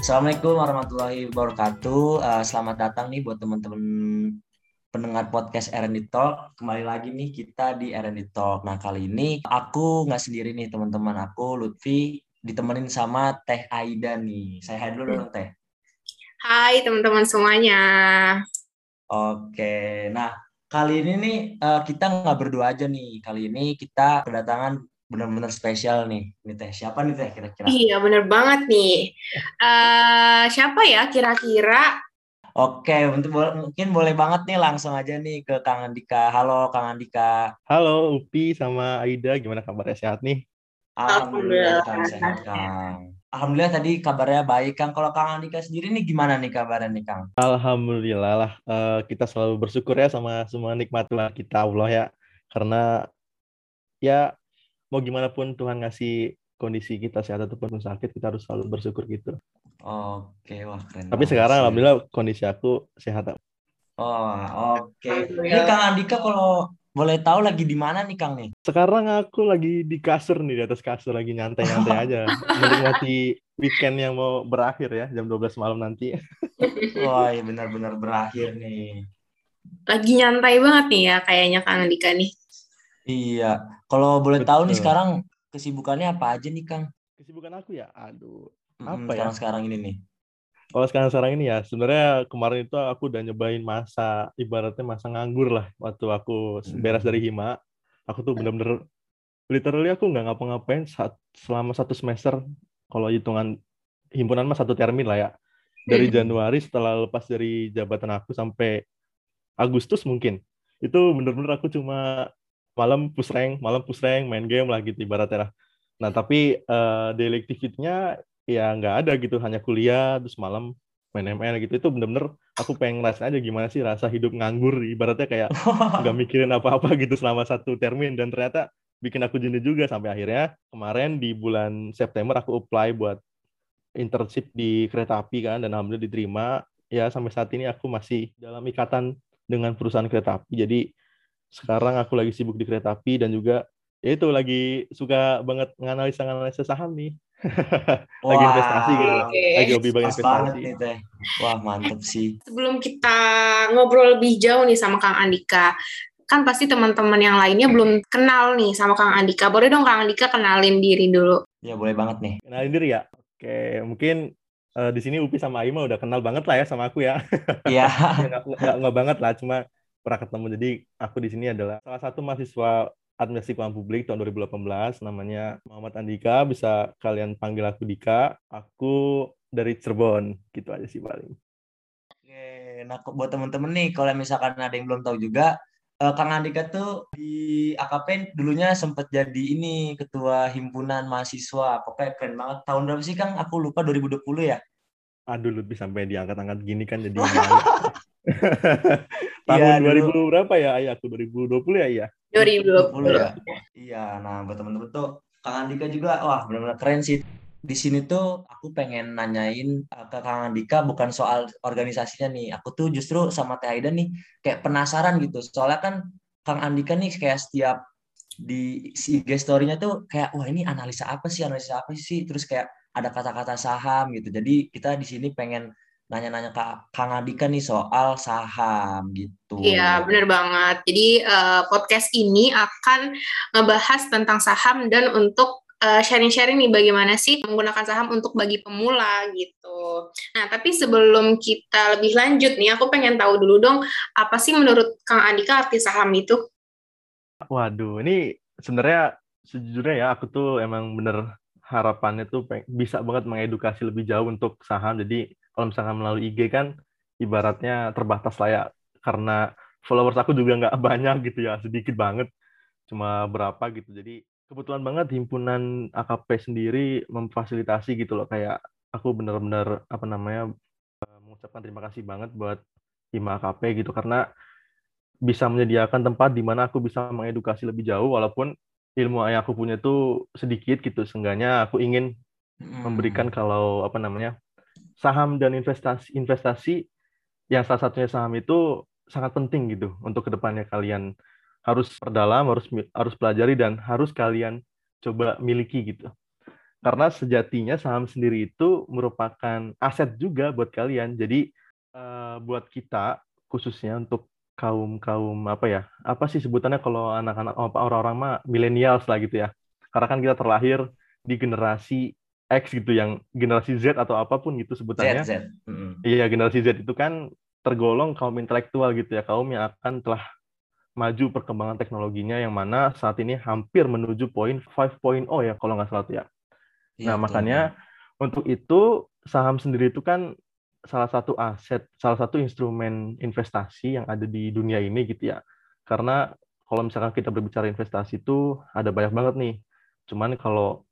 Assalamualaikum warahmatullahi wabarakatuh. Selamat datang nih buat teman-teman pendengar podcast R&D Talk. Kembali lagi nih kita di R&D Talk. Nah, kali ini aku nggak sendiri nih teman-teman. Aku Lutfi ditemenin sama Teh Aida nih. Saya hai dulu dong Teh. Hai teman-teman semuanya. Oke. Nah, kali ini nih kita nggak berdua aja nih. Kali ini kita kedatangan benar-benar spesial nih. Ini Teh. Siapa nih Teh kira-kira? Iya, bener banget nih. Siapa ya kira-kira? Oke, mungkin boleh banget nih langsung aja nih ke Kang Andika. Halo Kang Andika. Halo Upi sama Aida, gimana kabarnya, sehat nih? Alhamdulillah Alhamdulillah. Kang sehat Kang. Alhamdulillah tadi kabarnya baik Kang. Kalau Kang Andika sendiri nih gimana nih kabarnya nih Kang? Alhamdulillah lah, kita selalu bersyukur ya sama semua nikmat Tuhan kita Allah ya. Karena ya mau gimana pun Tuhan ngasih kondisi kita sehat ataupun sakit, kita harus selalu bersyukur gitu. Oke, wah keren Tapi banget sekarang sih. Alhamdulillah kondisi aku sehat. Oh, oke. Ini Alhamdulillah. Kang Andika kalau boleh tahu lagi di mana nih Kang nih? Sekarang aku lagi di kasur nih, di atas kasur lagi nyantai-nyantai aja. Menikmati weekend yang mau berakhir ya, jam 12 malam nanti. Wah, ya benar-benar berakhir nih. Lagi nyantai banget nih ya kayaknya Kang Andika nih. Iya. Kalau boleh tahu nih Betul. sekarang kesibukannya apa aja nih Kang? Kesibukan aku ya, aduh, apa ya? Sekarang-sekarang ini nih. Kalau sekarang-sekarang ini ya, sebenarnya kemarin itu aku udah nyobain masa, ibaratnya masa nganggur lah. Waktu aku beres dari Mm-mm. Hima, aku tuh bener-bener, literally aku nggak ngapa-ngapain selama 1 semester. Kalau hitungan himpunan mah 1 termin lah ya. Dari Januari setelah lepas dari jabatan aku sampai Agustus mungkin. Itu bener-bener aku cuma malam push rank, main game lah gitu ibaratnya lah. Nah, tapi daily activity-nya ya nggak ada gitu, hanya kuliah, terus malam main ML gitu. Itu bener-bener aku pengen ngerasain aja gimana sih rasa hidup nganggur, ibaratnya kayak nggak mikirin apa-apa gitu selama 1 termin. Dan ternyata bikin aku jenuh juga, sampai akhirnya kemarin di bulan September aku apply buat internship di kereta api kan, dan alhamdulillah diterima. Ya sampai saat ini aku masih dalam ikatan dengan perusahaan kereta api. Jadi sekarang aku lagi sibuk di kereta api, dan juga ya itu lagi suka banget nganalisa saham nih. Lagi investasi gitu Wah, loh. Lagi Oke. hobi banget pas banget investasi. nih Teh. Wah, mantep sih. Sebelum kita ngobrol lebih jauh nih sama Kang Andika, kan pasti teman-teman yang lainnya belum kenal nih sama Kang Andika. Boleh dong Kang Andika kenalin diri dulu. Ya, boleh banget nih. Kenalin diri ya. Oke, mungkin di sini Upi sama Aima udah kenal banget lah ya sama aku ya. Iya. Ya nggak banget lah, cuma pernah ketemu. Jadi aku di sini adalah salah satu mahasiswa Administrasi Keuangan Publik tahun 2018, namanya Muhammad Andika, bisa kalian panggil aku Dika. Aku dari Cirebon, gitu aja sih paling. Oke, nah buat temen-temen nih, kalau misalkan ada yang belum tahu juga, Kang Andika tuh di AKP dulunya sempat jadi ini ketua himpunan mahasiswa. Pokoknya keren banget. Tahun berapa sih Kang? Aku lupa 2020 ya. Aduh, lebih sampai diangkat-angkat gini kan jadi malu. Iya, Tahun dulu 2000 berapa ya, ayah? Aku 2020 ya, iya. 2020 2020. ya. Iya, nah buat temen-temen tuh Kang Andika juga, wah benar-benar keren sih. Di sini tuh aku pengen nanyain ke Kang Andika bukan soal organisasinya nih. Aku tuh justru sama Teh Aida nih kayak penasaran gitu. Soalnya kan Kang Andika nih kayak setiap di si IG story-nya tuh kayak wah ini analisa apa sih? Terus kayak ada kata-kata saham gitu. Jadi kita di sini pengen nanya-nanya ke Kang Andika nih soal saham gitu. Iya, benar banget. Jadi podcast ini akan ngebahas tentang saham dan untuk sharing-sharing nih bagaimana sih menggunakan saham untuk bagi pemula gitu. Nah, tapi sebelum kita lebih lanjut nih, aku pengen tahu dulu dong, apa sih menurut Kang Andika arti saham itu? Waduh, ini sebenarnya sejujurnya ya, aku tuh emang bener harapannya tuh bisa banget mengedukasi lebih jauh untuk saham. Jadi kalau misalkan melalui IG kan ibaratnya terbatas lah ya, karena followers aku juga nggak banyak gitu ya, sedikit banget, cuma berapa gitu. Jadi kebetulan banget himpunan AKP sendiri memfasilitasi gitu loh, kayak aku bener-bener apa namanya mengucapkan terima kasih banget buat Hima AKP gitu, karena bisa menyediakan tempat di mana aku bisa mengedukasi lebih jauh, walaupun ilmu yang aku punya itu sedikit gitu. Seenggaknya aku ingin memberikan, Hmm. kalau apa namanya, saham dan investasi yang salah satunya saham itu sangat penting gitu untuk kedepannya. Kalian harus perdalam, harus pelajari, dan harus kalian coba miliki gitu. karena sejatinya saham sendiri itu merupakan aset juga buat kalian. Jadi buat kita khususnya untuk kaum apa ya? Apa sih sebutannya kalau anak-anak orang-orang mah millennials lah gitu ya. Karena kan kita terlahir di generasi X gitu, yang generasi Z atau apapun gitu Z sebutannya. Z. Mm-mm. Iya, generasi Z itu kan tergolong kaum intelektual gitu ya, kaum yang akan telah maju perkembangan teknologinya, yang mana saat ini hampir menuju poin 5.0 ya kalau nggak salah tuh ya. Iya Nah, betul betul. makanya untuk itu saham sendiri itu kan salah satu aset, salah satu instrumen investasi yang ada di dunia ini gitu ya. Karena kalau misalkan kita berbicara investasi itu ada banyak banget nih. Cuman kalau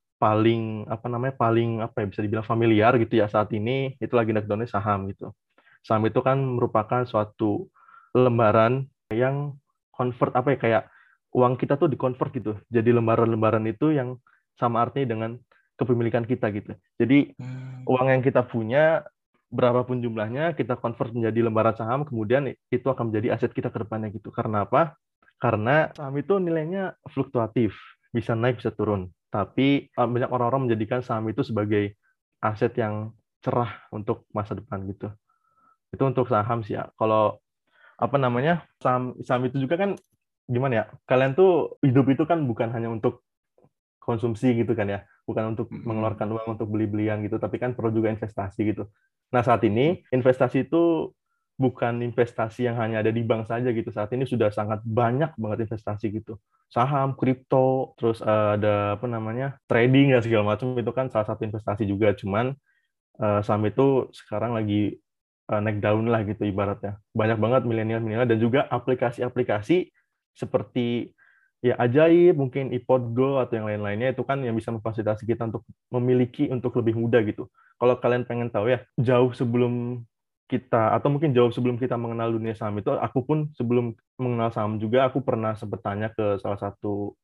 paling apa ya, bisa dibilang familiar gitu ya saat ini itu lagi naik saham gitu. Saham itu kan merupakan suatu lembaran yang convert apa ya, kayak uang kita tuh dikonvert gitu. Jadi lembaran-lembaran itu yang sama artinya dengan kepemilikan kita gitu. Jadi Hmm. uang yang kita punya berapapun jumlahnya kita convert menjadi lembaran saham, kemudian itu akan menjadi aset kita ke depannya gitu. Karena apa? Karena saham itu nilainya fluktuatif, bisa naik bisa turun. Tapi banyak orang-orang menjadikan saham itu sebagai aset yang cerah untuk masa depan gitu. Itu untuk saham sih ya. Kalau apa namanya, saham saham itu juga kan gimana ya? Kalian tuh hidup itu kan bukan hanya untuk konsumsi gitu kan ya, bukan untuk Mm-mm. mengeluarkan uang untuk beli-belian gitu, tapi kan perlu juga investasi gitu. Nah, saat ini investasi itu bukan investasi yang hanya ada di bank saja gitu. Saat ini sudah sangat banyak banget investasi gitu. Saham, kripto, terus ada apa namanya, trading dan segala macam, itu kan salah satu investasi juga. Cuman saham itu sekarang lagi naik daun lah gitu ibaratnya. Banyak banget milenial-milenial dan juga aplikasi-aplikasi seperti ya Ajaib, mungkin iPod Go atau yang lain-lainnya, itu kan yang bisa memfasilitasi kita untuk memiliki untuk lebih mudah gitu. Kalau kalian pengen tahu ya, jauh sebelum kita atau mungkin jauh sebelum kita mengenal dunia saham itu, aku pun sebelum mengenal saham juga aku pernah sempat tanya ke salah satu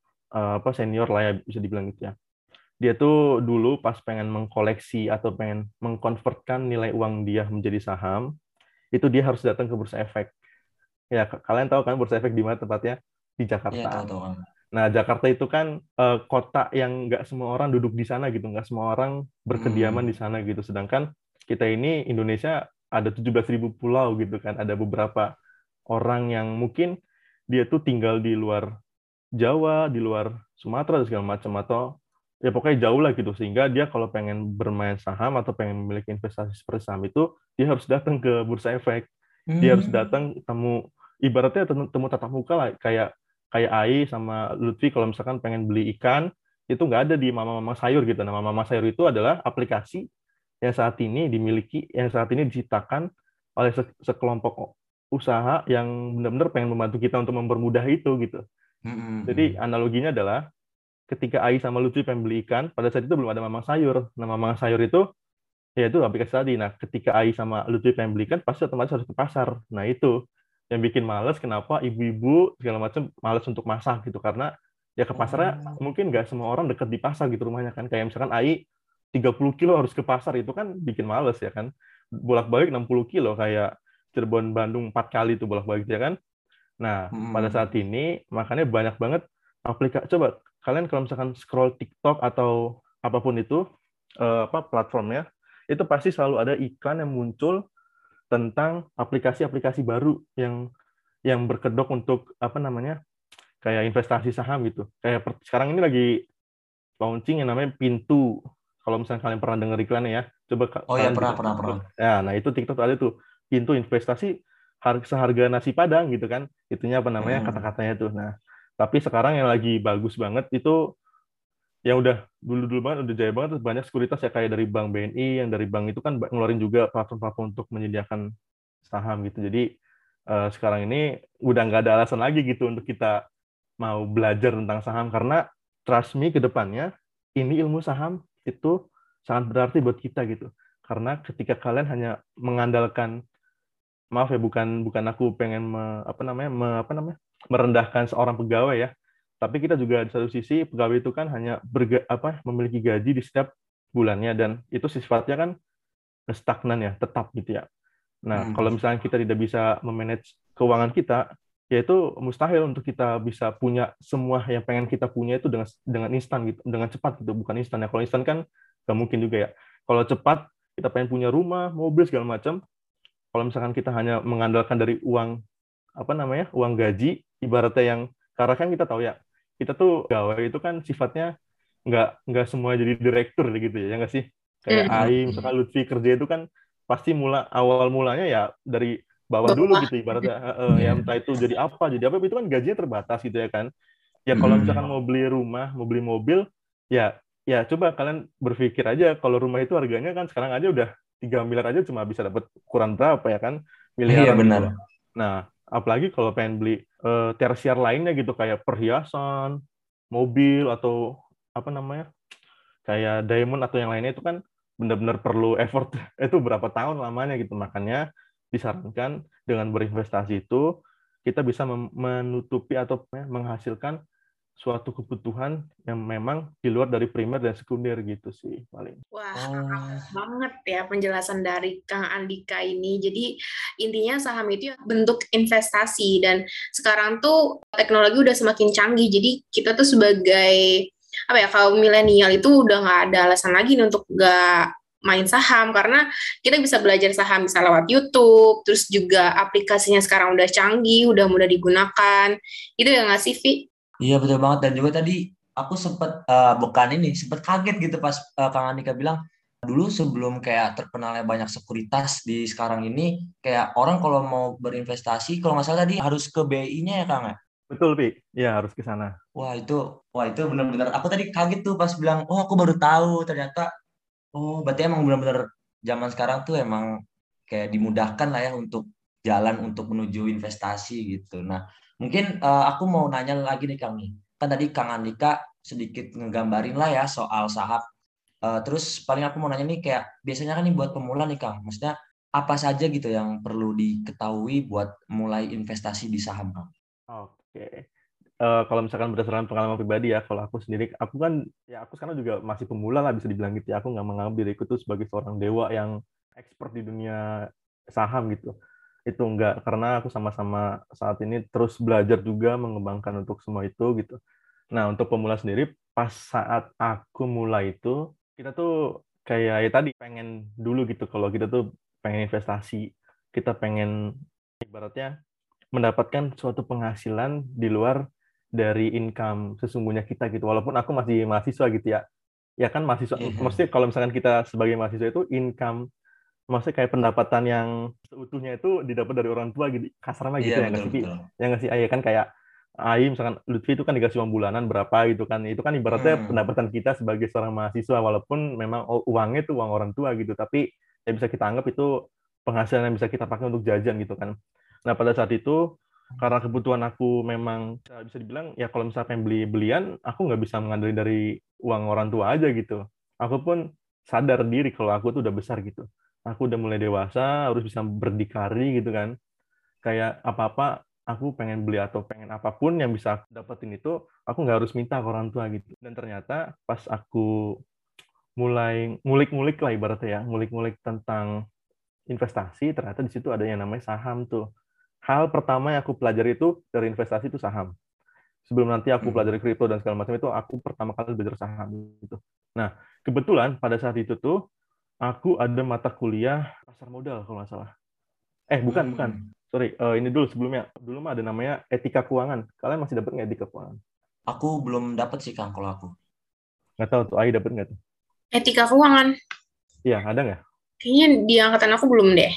apa senior lah ya bisa dibilang gitu ya. Dia tuh dulu pas pengen mengkoleksi atau pengen mengkonvertkan nilai uang dia menjadi saham, itu dia harus datang ke Bursa Efek. Ya, kalian tahu kan Bursa Efek di mana tempatnya? Di Iya tahu Jakarta. tahu Kang. Nah, Jakarta itu kan kota yang nggak semua orang duduk di sana gitu, nggak semua orang berkediaman di Hmm. sana gitu. Sedangkan kita ini Indonesia ada 17.000 pulau gitu kan, ada beberapa orang yang mungkin dia tuh tinggal di luar Jawa, di luar Sumatera dan segala macam, atau ya pokoknya jauh lah gitu, sehingga dia kalau pengen bermain saham atau pengen memiliki investasi seperti saham itu dia harus datang ke Bursa Efek, dia harus Hmm. datang temu, ibaratnya temu tatap muka lah, kayak kayak Ai sama Lutfi kalau misalkan pengen beli ikan itu nggak ada di Mama-Mama Sayur gitu. Nah, Mama-Mama Sayur itu adalah aplikasi yang saat ini dimiliki, yang saat ini diciptakan oleh sekelompok usaha yang benar-benar pengen membantu kita untuk mempermudah itu gitu. Jadi Hmm. analoginya adalah ketika Ai sama Lutfi pengen beli ikan, pada saat itu belum ada Mamang Sayur. Nah, Mamang Sayur itu ya itu aplikasi tadi. Nah, ketika Ai sama Lutfi pengen beli ikan, pasti otomatis harus ke pasar. Nah, itu yang bikin males kenapa ibu-ibu segala macam males untuk masak gitu, karena ya ke pasarnya Oh. mungkin nggak semua orang deket di pasar gitu rumahnya kan. Kayak misalkan Ai 30 kilo harus ke pasar, itu kan bikin males ya kan. Bolak-balik 60 kilo kayak Cirebon Bandung 4 kali itu bolak-balik ya kan. Nah, pada saat Hmm. ini makanya banyak banget aplikasi. Coba kalian kalau misalkan scroll TikTok atau apapun itu apa platformnya, itu pasti selalu ada iklan yang muncul tentang aplikasi-aplikasi baru yang berkedok untuk apa namanya, kayak investasi saham gitu. Kayak sekarang ini lagi launching yang namanya Pintu. Kalau misalnya kalian pernah dengar iklannya ya, coba Oh ya kalian pernah buka pernah TikTok. pernah. Ya, nah itu TikTok ada tuh Pintu investasi seharga nasi Padang gitu kan. Itunya apa namanya, Hmm. kata-katanya tuh. Nah, tapi sekarang yang lagi bagus banget itu yang udah dulu-dulu banget, udah jaya banget, terus banyak sekuritas ya kayak dari Bank BNI, yang dari bank itu kan ngeluarin juga platform-platform untuk menyediakan saham gitu. Jadi sekarang ini udah nggak ada alasan lagi gitu untuk kita mau belajar tentang saham, karena trust me ke depannya ini ilmu saham itu sangat berarti buat kita gitu. Karena ketika kalian hanya mengandalkan, maaf ya, bukan bukan aku pengen apa namanya merendahkan seorang pegawai ya, tapi kita juga di satu sisi pegawai itu kan hanya memiliki gaji di setiap bulannya, dan itu sifatnya kan stagnan ya, tetap gitu ya. Nah, Hmm. kalau misalnya kita tidak bisa memanage keuangan kita, ya itu mustahil untuk kita bisa punya semua yang pengen kita punya itu dengan instan gitu, dengan cepat gitu. Bukan instan ya. Kalau instan kan nggak mungkin juga ya. Kalau cepat kita pengen punya rumah, mobil segala macam. Kalau misalkan kita hanya mengandalkan dari uang apa namanya, uang gaji, ibaratnya yang karena kan kita tahu ya, kita tuh gawe itu kan sifatnya nggak semua jadi direktur gitu ya nggak sih? Kayak Hmm, Ai, misalkan Lutfi kerja itu kan pasti awal mulanya ya dari bawah dulu bawah. gitu ibaratnya. Ya Iya. entah itu jadi apa itu kan gajinya terbatas gitu ya kan. Ya kalau Mm-mm. misalkan mau beli rumah, mau beli mobil, ya ya coba kalian berpikir aja kalau rumah itu harganya kan sekarang aja udah 3 miliar aja cuma bisa dapat ukuran berapa ya kan? Iya Miliaran benar. gitu loh. Nah, apalagi kalau pengen beli tersier lainnya gitu kayak perhiasan, mobil atau apa namanya? Kayak diamond atau yang lainnya itu kan benar-benar perlu effort itu berapa tahun lamanya gitu. Makanya disarankan dengan berinvestasi itu kita bisa menutupi atau menghasilkan suatu kebutuhan yang memang di luar dari primer dan sekunder gitu sih paling. Wah, mantap Oh, banget ya penjelasan dari Kang Andika ini. Jadi intinya saham itu ya bentuk investasi dan sekarang tuh teknologi udah semakin canggih. Jadi kita tuh sebagai apa ya, kaum milenial itu udah nggak ada alasan lagi nih untuk nggak main saham karena kita bisa belajar saham bisa lewat YouTube, terus juga aplikasinya sekarang udah canggih, udah mudah digunakan. Itu ya nggak sih, Vi? iya betul banget. Dan juga tadi aku sempet bukan ini, sempet kaget gitu pas Kang Andika bilang dulu sebelum kayak terkenalnya banyak sekuritas di sekarang ini, kayak orang kalau mau berinvestasi, kalau nggak salah tadi harus ke BI-nya ya Kang ya? Betul, Pi. Ya, harus ke sana. Wah itu, wah itu benar-benar. Aku tadi kaget tuh pas bilang, oh aku baru tahu ternyata. Oh berarti emang benar-benar zaman sekarang tuh emang kayak dimudahkan lah ya untuk jalan untuk menuju investasi gitu. Nah mungkin aku mau nanya lagi nih Kang nih. Kan tadi Kang Andika sedikit ngegambarin lah ya soal saham. Terus paling aku mau nanya nih kayak biasanya kan nih buat pemula nih Kang. Maksudnya apa saja gitu yang perlu diketahui buat mulai investasi di saham Kang? Oke. Kalau misalkan berdasarkan pengalaman pribadi ya, kalau aku sendiri, aku kan, ya aku sekarang juga masih pemula lah bisa dibilang gitu ya. Aku nggak menganggap diriku tuh sebagai seorang dewa yang expert di dunia saham gitu. Itu enggak, karena aku sama-sama saat ini terus belajar juga mengembangkan untuk semua itu gitu. Nah, untuk pemula sendiri, pas saat aku mulai itu, kita tuh kayak ya tadi, pengen dulu gitu, kalau kita tuh pengen investasi, kita pengen ibaratnya mendapatkan suatu penghasilan di luar dari income sesungguhnya kita gitu. Walaupun aku masih mahasiswa gitu ya. Ya kan mahasiswa, Iya, maksudnya kalau misalkan kita sebagai mahasiswa itu income, maksudnya kayak pendapatan yang seutuhnya itu didapat dari orang tua gitu. Kasarnya iya gitu ya nggak betul sih, Pi? betul. Ya nggak sih? Ya kan kayak Ai, misalkan Lutfi itu kan dikasih uang bulanan berapa gitu kan. Itu kan ibaratnya Hmm. pendapatan kita sebagai seorang mahasiswa, walaupun memang uangnya itu uang orang tua gitu. Tapi ya bisa kita anggap itu penghasilan yang bisa kita pakai untuk jajan gitu kan. Nah, pada saat itu, karena kebutuhan aku memang bisa dibilang, ya kalau misalnya pengen beli-belian, aku nggak bisa mengandalkan dari uang orang tua aja gitu. Aku pun sadar diri kalau aku tuh udah besar gitu. Aku udah mulai dewasa, harus bisa berdikari gitu kan. Kayak apa-apa, aku pengen beli atau pengen apapun yang bisa aku dapetin itu, aku nggak harus minta ke orang tua gitu. Dan ternyata pas aku mulai ngulik-ngulik lah ibaratnya ya, ngulik-ngulik tentang investasi, ternyata di situ ada yang namanya saham tuh. Hal pertama yang aku pelajari itu dari investasi itu saham. Sebelum nanti aku Hmm. pelajari kripto dan segala macam itu, aku pertama kali belajar saham gitu. Nah, kebetulan pada saat itu tuh aku ada mata kuliah pasar modal kalau nggak salah. Bukan. Hmm. Sorry, ini dulu sebelumnya. Dulu mah ada namanya etika keuangan. Kalian masih dapat nggak etika keuangan? Aku belum dapat sih Kang kalau aku. Nggak tahu tuh, Ai dapat nggak tuh? Etika keuangan. Iya, ada nggak? Kayaknya di angkatan aku belum deh.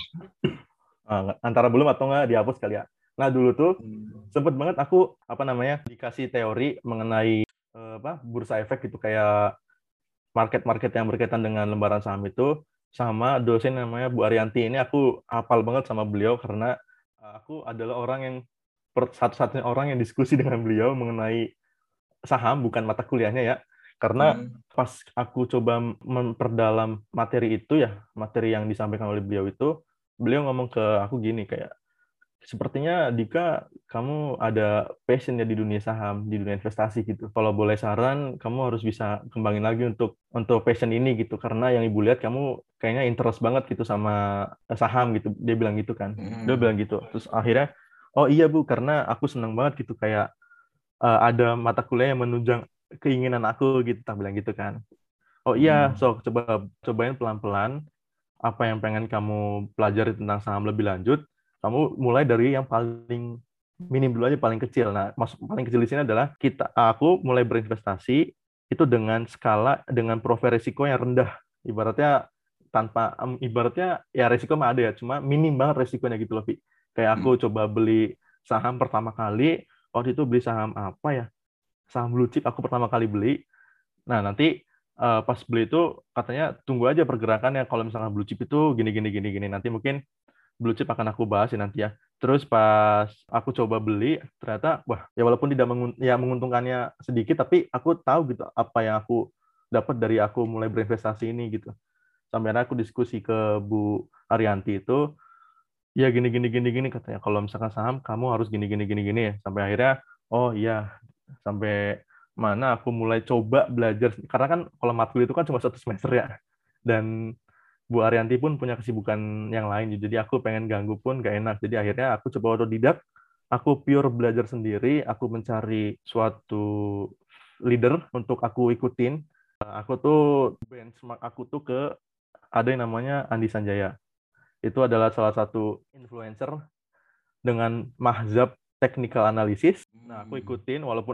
Antara belum atau nggak dihapus kali ya. Nah, dulu tuh Hmm. sempet banget aku apa namanya dikasih teori mengenai bursa efek gitu kayak market-market yang berkaitan dengan lembaran saham itu sama dosen namanya Bu Arianti. Ini aku hafal banget sama beliau karena aku adalah orang yang satu-satunya orang yang diskusi dengan beliau mengenai saham, bukan mata kuliahnya ya. Karena Hmm. pas aku coba memperdalam materi itu ya, materi yang disampaikan oleh beliau itu, beliau ngomong ke aku gini kayak, sepertinya Dika, kamu ada passion ya di dunia saham, di dunia investasi gitu. Kalau boleh saran, kamu harus bisa kembangin lagi untuk passion ini gitu. Karena yang ibu lihat kamu kayaknya interest banget gitu sama saham gitu. Dia bilang gitu kan. Dia Hmm. bilang gitu. Terus akhirnya, Oh iya Bu, karena aku senang banget gitu kayak ada mata kuliah yang menunjang keinginan aku gitu, tak bilang gitu kan. Oh iya, Hmm. so cobain pelan-pelan apa yang pengen kamu pelajari tentang saham lebih lanjut. Kamu mulai dari yang paling minim dulu aja, paling kecil. Nah, maksud paling kecil di sini adalah aku mulai berinvestasi itu dengan skala dengan profil risiko yang rendah. Ibaratnya ibaratnya ya risiko mah ada ya, cuma minim banget risikonya gitu loh, Vi. Kayak Hmm. aku coba beli saham pertama kali, waktu itu beli saham apa ya? Saham blue chip aku pertama kali beli. Nah, nanti pas beli itu katanya tunggu aja pergerakannya. Kalau misalkan blue chip itu gini gini gini gini. Nanti mungkin blue chip akan aku bahas ya nanti ya. Terus pas aku coba beli, ternyata wah, ya walaupun tidak menguntungkannya sedikit, tapi aku tahu gitu apa yang aku dapat dari aku mulai berinvestasi ini gitu. Sampai akhirnya aku diskusi ke Bu Arianti itu, ya gini gini gini gini katanya. Kalau misalkan saham kamu harus gini gini gini gini. Sampai akhirnya oh iya, sampai mana aku mulai coba belajar, karena kan kalau matkul itu kan cuma 1 semester ya, dan Bu Arianti pun punya kesibukan yang lain, jadi aku pengen ganggu pun gak enak, jadi akhirnya aku coba otodidak, aku pure belajar sendiri, aku mencari suatu leader untuk aku ikutin. Aku tuh benchmark aku tuh ke ada yang namanya Andi Sanjaya, itu adalah salah satu influencer dengan mahzab technical analysis. Nah, aku Hmm. ikutin walaupun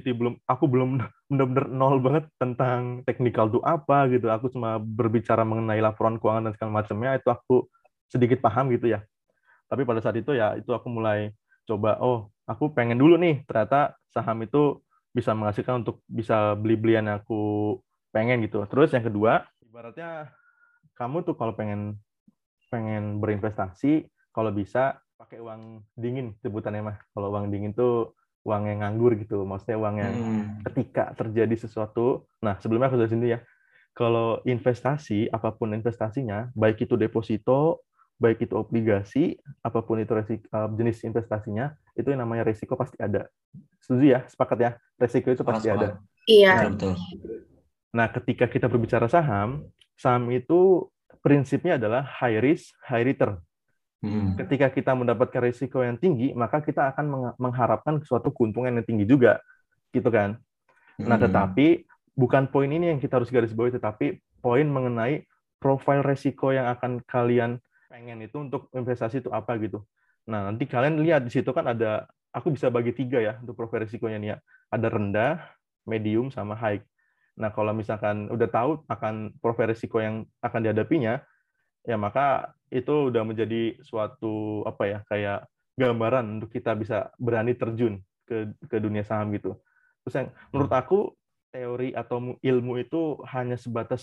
aku belum benar-benar nol banget tentang technical itu apa gitu. Aku cuma berbicara mengenai laporan keuangan dan segala macamnya, itu aku sedikit paham gitu ya. Tapi pada saat itu ya itu aku mulai coba, oh, aku pengen dulu nih ternyata saham itu bisa menghasilkan untuk bisa beli-belian yang aku pengen gitu. Terus yang kedua, ibaratnya kamu tuh kalau pengen pengen berinvestasi, kalau bisa pakai uang dingin sebutannya mah. Kalau uang dingin tuh uang yang nganggur gitu, maksudnya uang yang Hmm. ketika terjadi sesuatu. Nah, sebelumnya aku sudah sini ya. Kalau investasi, apapun investasinya, baik itu deposito, baik itu obligasi, apapun itu jenis investasinya, itu yang namanya resiko pasti ada. Setuju ya? Sepakat ya? Resiko itu Sepakat, pasti sepakat. ada. Iya. Nah, Betul, betul. nah, ketika kita berbicara saham, saham itu prinsipnya adalah high risk, high return. Hmm. Ketika kita mendapatkan risiko yang tinggi, maka kita akan mengharapkan suatu keuntungan yang tinggi juga, gitu kan? Nah, Hmm. tetapi bukan poin ini yang kita harus garis bawahi, tetapi poin mengenai profil risiko yang akan kalian pengen itu untuk investasi itu apa gitu. Nah, nanti kalian lihat di situ kan ada, aku bisa bagi 3 ya untuk profil risikonya nih ya. Ada rendah, medium, sama high. Nah, kalau misalkan udah tahu akan profil risiko yang akan dihadapinya, ya maka itu udah menjadi suatu apa ya, kayak gambaran untuk kita bisa berani terjun ke dunia saham gitu. Terus yang menurut aku teori atau ilmu itu hanya sebatas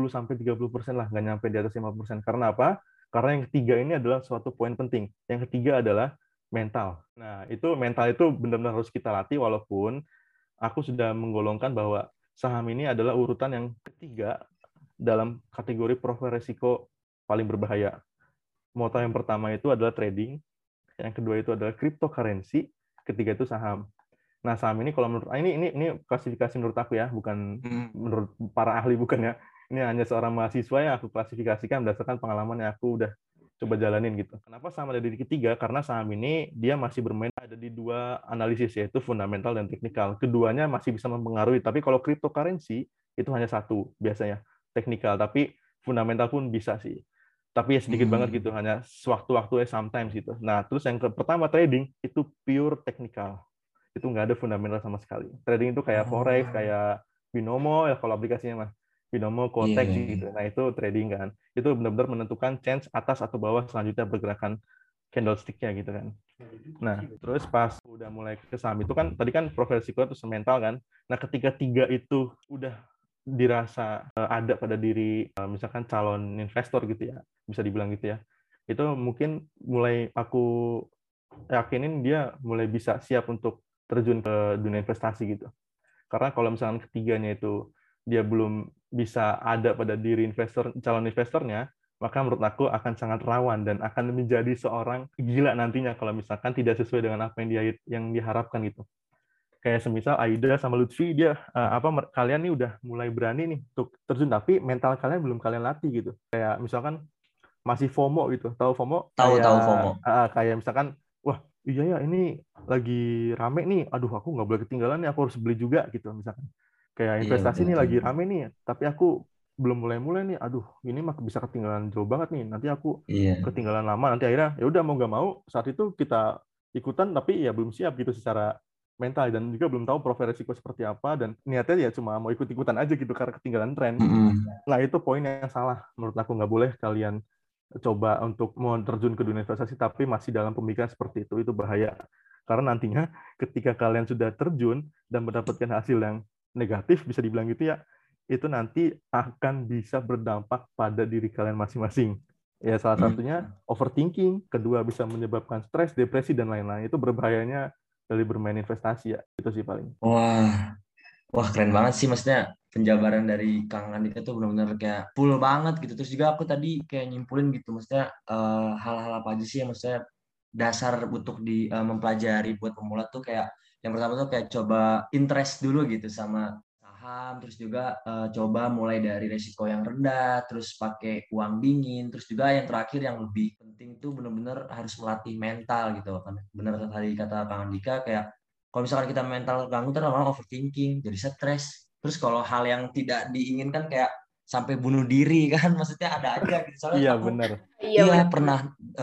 20-30% lah, nggak nyampe di atas 50%. Karena apa? Karena yang ketiga ini adalah suatu poin penting. Yang ketiga adalah mental. Nah, itu mental itu benar-benar harus kita latih, walaupun aku sudah menggolongkan bahwa saham ini adalah urutan yang ketiga dalam kategori profil risiko paling berbahaya. Moto yang pertama itu adalah trading, yang kedua itu adalah cryptocurrency, ketiga itu saham. Nah, saham ini kalau menurut ini klasifikasi menurut aku ya, bukan Hmm. menurut para ahli, bukan ya. Ini hanya seorang mahasiswa yang aku klasifikasikan berdasarkan pengalaman yang aku udah coba jalanin gitu. Kenapa saham ada di ketiga? Karena saham ini dia masih bermain ada di 2 analisis, yaitu fundamental dan teknikal. Keduanya masih bisa mempengaruhi, tapi kalau cryptocurrency itu hanya satu biasanya, teknikal, tapi fundamental pun bisa sih. Tapi ya sedikit banget gitu, Hmm. hanya sewaktu-waktu sometimes gitu. Nah, terus yang pertama trading itu pure teknikal, itu nggak ada fundamental sama sekali. Trading itu kayak forex, Oh, kayak binomo ya kalau aplikasinya mah. Binomo, iya, Quotex iya, gitu. iya. Nah, itu trading kan. Itu benar-benar menentukan chance atas atau bawah selanjutnya pergerakan candlestick-nya gitu kan. Nah, terus pas udah mulai ke saham itu kan tadi kan profil risiko itu mental kan. Nah, ketika 3 itu udah dirasa ada pada diri misalkan calon investor gitu ya, bisa dibilang gitu ya. Itu mungkin mulai aku yakinin dia mulai bisa siap untuk terjun ke dunia investasi gitu. Karena kalau misalkan ketiganya itu dia belum bisa ada pada diri calon investornya, maka menurut aku akan sangat rawan dan akan menjadi seorang gila nantinya kalau misalkan tidak sesuai dengan apa yang diharapkan gitu. Kayak semisal Aida sama Lutfi, dia kalian nih udah mulai berani nih untuk terjun, tapi mental kalian belum kalian latih gitu. Kayak misalkan masih FOMO gitu. Tahu FOMO? Tahu, tahu Kayak FOMO. kayak misalkan, wah, iya ya ini lagi rame nih, aduh aku nggak boleh ketinggalan nih, aku harus beli juga gitu misalkan. Kayak Iya investasi betul nih betul lagi betul. rame nih, tapi aku belum mulai-mulai nih, aduh ini mah bisa ketinggalan jauh banget nih, nanti aku Iya. ketinggalan lama, nanti akhirnya ya udah mau nggak mau saat itu kita ikutan tapi ya belum siap gitu secara mental dan juga belum tahu profil resiko seperti apa dan niatnya ya cuma mau ikut-ikutan aja gitu karena ketinggalan tren. Mm-mm. Nah, itu poin yang salah. Menurut aku nggak boleh kalian coba untuk mau terjun ke dunia investasi tapi masih dalam pemikiran seperti itu bahaya. Karena nantinya ketika kalian sudah terjun dan mendapatkan hasil yang negatif, bisa dibilang gitu ya, itu nanti akan bisa berdampak pada diri kalian masing-masing. Ya, salah satunya Mm. overthinking, kedua bisa menyebabkan stres, depresi, dan lain-lain. Itu berbahayanya dari bermain investasi ya. Itu sih paling. Wah, wah keren banget sih maksudnya penjabaran dari Kang Andika tuh benar-benar kayak full banget gitu. Terus juga aku tadi kayak nyimpulin gitu maksudnya hal-hal apa aja sih yang maksudnya dasar untuk mempelajari buat pemula tuh kayak yang pertama tuh kayak coba interest dulu gitu sama saham, terus juga coba mulai dari resiko yang rendah, terus pakai uang dingin, terus juga yang terakhir yang lebih penting tuh benar-benar harus melatih mental gitu kan. Benar tadi kata Kang Andika kayak kalau misalkan kita mental ganggu terus lama overthinking, jadi stres. Terus kalau hal yang tidak diinginkan kayak sampai bunuh diri kan, maksudnya ada aja gitu. Soalnya Iya, aku benar. Iya iya benar. pernah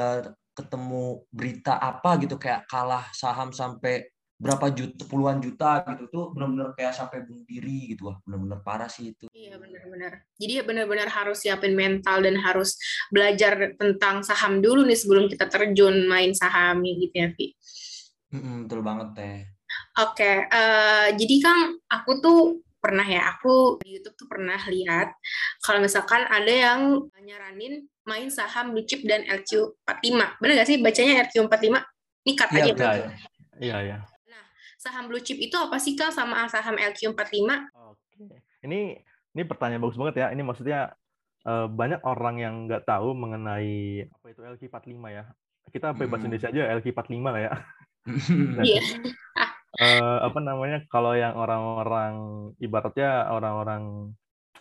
ketemu berita apa gitu kayak kalah saham sampai berapa juta, puluhan juta gitu tuh benar-benar kayak sampai bunuh diri gitu. Wah, benar-benar parah sih itu. Iya benar-benar. Jadi benar-benar harus siapin mental dan harus belajar tentang saham dulu nih sebelum kita terjun main saham gitu ya, Vi. Betul banget teh. Oke, jadi Kang, aku tuh pernah ya, aku di YouTube tuh pernah lihat kalau misalkan ada yang nyaranin main saham blue chip dan LQ45. Bener nggak sih bacanya LQ45? Ini cut Iya aja betul. berarti. Iya, ya. Nah, saham blue chip itu apa sih Kang sama saham LQ45? Oke. Ini pertanyaan bagus banget ya. Ini maksudnya banyak orang yang nggak tahu mengenai apa itu LQ45 ya. Kita bebas Mm-mm. Indonesia aja LQ45 lah ya. Nah, Iya. apa namanya kalau yang orang-orang ibaratnya orang-orang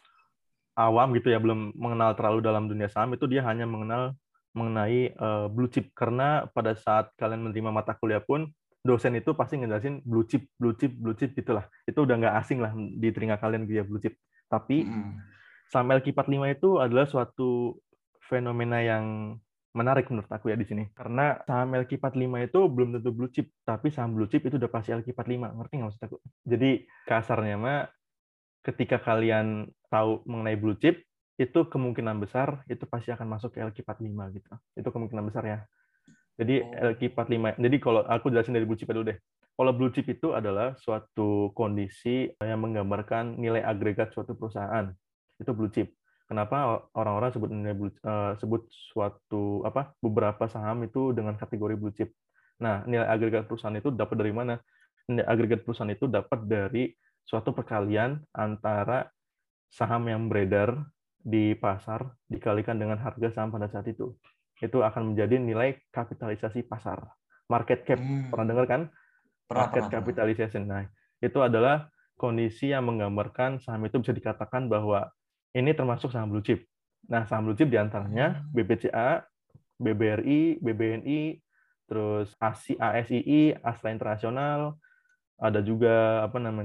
awam gitu ya belum mengenal terlalu dalam dunia saham itu dia hanya mengenal mengenai blue chip karena pada saat kalian menerima mata kuliah pun dosen itu pasti ngejelasin blue chip blue chip blue chip gitulah itu udah nggak asing lah di telinga kalian gitu ya blue chip tapi Mm-mm. saham LQ45 itu adalah suatu fenomena yang menarik menurut aku ya di sini karena saham LQ45 itu belum tentu blue chip tapi saham blue chip itu udah pasti LQ45 ngerti nggak maksud aku jadi kasarnya mah ketika kalian tahu mengenai blue chip, itu kemungkinan besar itu pasti akan masuk ke LQ45 gitu. Itu kemungkinan besar ya. Jadi Oh. LQ45. Jadi kalau aku jelasin dari blue chip dulu deh. Kalau blue chip itu adalah suatu kondisi yang menggambarkan nilai agregat suatu perusahaan. Itu blue chip. Kenapa orang-orang sebut sebut suatu beberapa saham itu dengan kategori blue chip. Nah, nilai agregat perusahaan itu dapat dari mana? Nilai agregat perusahaan itu dapat dari suatu perkalian antara saham yang beredar di pasar dikalikan dengan harga saham pada saat itu. Itu akan menjadi nilai kapitalisasi pasar. Market cap. Pernah dengar kan? Pernah Market pernah pernah. capitalization. Nah, itu adalah kondisi yang menggambarkan saham itu bisa dikatakan bahwa ini termasuk saham blue chip. Nah, saham blue chip diantaranya BBCA, BBRI, BBNI, terus ASII, Astra Internasional, ada juga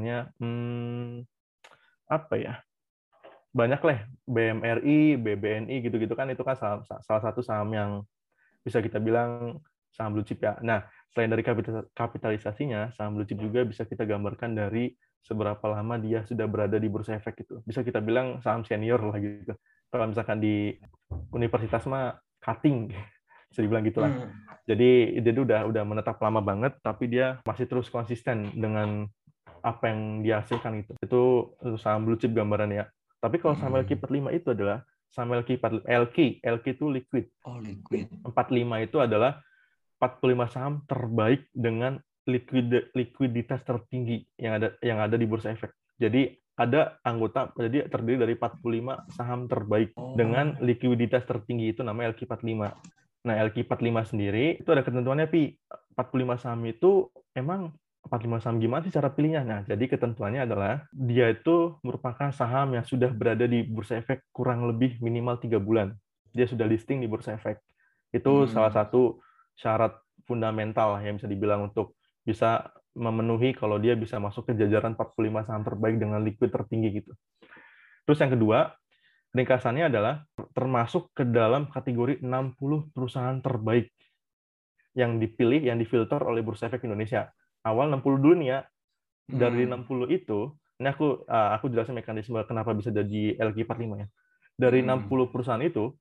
apa ya banyak lah BMRI, BBNI gitu-gitu kan itu kan salah satu saham yang bisa kita bilang saham blue chip ya. Nah, selain dari kapitalisasinya, saham blue chip juga bisa kita gambarkan dari seberapa lama dia sudah berada di bursa efek itu. Bisa kita bilang saham senior lah gitu. Kalau misalkan di universitas mah cutting, bisa dibilang gitulah. Hmm. Jadi dia udah menetap lama banget, tapi dia masih terus konsisten dengan apa yang dihasilkan itu. Itu saham blue chip gambarannya. Tapi kalau saham Hmm. LQ45 itu adalah saham LQ itu liquid. Oh liquid. 45 itu adalah 45 saham terbaik dengan likuiditas tertinggi yang ada di bursa efek. Jadi ada anggota jadi terdiri dari 45 saham terbaik dengan Oh. likuiditas tertinggi itu namanya LQ45. Nah, LQ45 sendiri itu ada ketentuannya Pi. 45 saham itu emang 45 saham gimana sih cara pilihnya? Nah, jadi ketentuannya adalah dia itu merupakan saham yang sudah berada di bursa efek kurang lebih minimal 3 bulan. Dia sudah listing di bursa efek. Itu salah Hmm. satu syarat fundamental yang bisa dibilang untuk bisa memenuhi kalau dia bisa masuk ke jajaran 45 saham terbaik dengan liquid tertinggi gitu. Terus yang kedua, ringkasannya adalah termasuk ke dalam kategori 60 perusahaan terbaik yang dipilih, yang difilter oleh Bursa Efek Indonesia. Awal 60 dulu nih ya. Dari 60 itu, ini aku jelasin mekanisme kenapa bisa jadi LQ45 ya. Dari 60 perusahaan itu,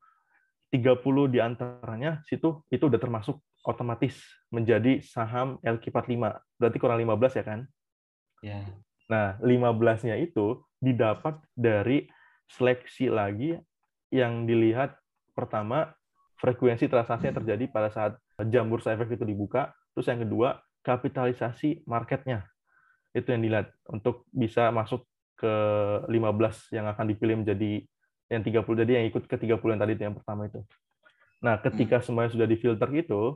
30 diantaranya itu udah termasuk otomatis menjadi saham LQ45. Berarti kurang 15 ya kan? Ya. Nah, 15-nya itu didapat dari seleksi lagi yang dilihat pertama, frekuensi transaksi yang terjadi pada saat jam Bursa Efek itu dibuka. Terus yang kedua, kapitalisasi marketnya. Itu yang dilihat untuk bisa masuk ke 15 yang akan dipilih menjadi yang 30, jadi yang ikut ke 30 yang tadi itu yang pertama itu. Nah, ketika semuanya sudah difilter itu,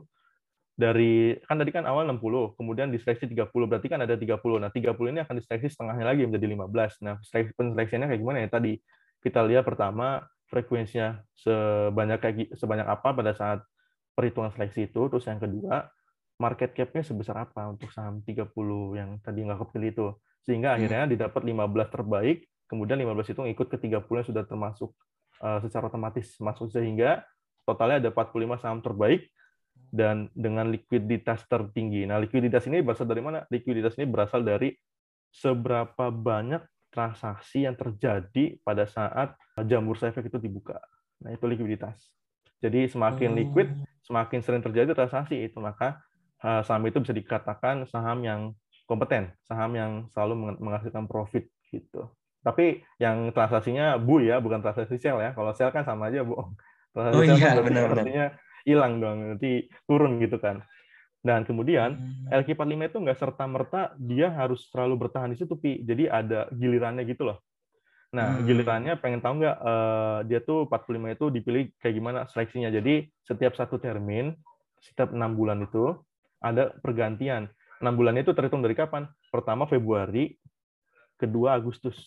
kan tadi kan awal 60, kemudian diseleksi 30, berarti kan ada 30. Nah, 30 ini akan diseleksi setengahnya lagi menjadi 15. Nah, penseleksiannya kayak gimana ya tadi? Kita lihat pertama frekuensinya sebanyak apa pada saat perhitungan seleksi itu, terus yang kedua market cap-nya sebesar apa untuk saham 30 yang tadi nggak kepilih itu. Sehingga akhirnya didapat 15 terbaik, kemudian 15 itu ngikut ke 30 yang sudah termasuk secara otomatis masuk, sehingga totalnya ada 45 saham terbaik dan dengan likuiditas tertinggi. Nah, likuiditas ini berasal dari mana? Likuiditas ini berasal dari seberapa banyak transaksi yang terjadi pada saat jam Bursa Efek itu dibuka. Nah, itu likuiditas. Jadi semakin liquid, semakin sering terjadi transaksi itu, maka saham itu bisa dikatakan saham yang kompeten, saham yang selalu menghasilkan profit gitu. Tapi yang transaksinya buy ya, bukan transaksi sell ya. Kalau sell kan sama aja bohong. Transaksi sell kan berarti artinya hilang dong, nanti turun gitu kan. Dan kemudian LQ45 itu nggak serta-merta dia harus selalu bertahan di situ, Pi. Jadi ada gilirannya gitu loh. Nah, gilirannya pengen tahu nggak dia tuh 45 itu dipilih kayak gimana seleksinya. Jadi setiap satu termin, setiap 6 bulan itu ada pergantian. 6 bulan itu terhitung dari kapan? Pertama Februari, kedua Agustus.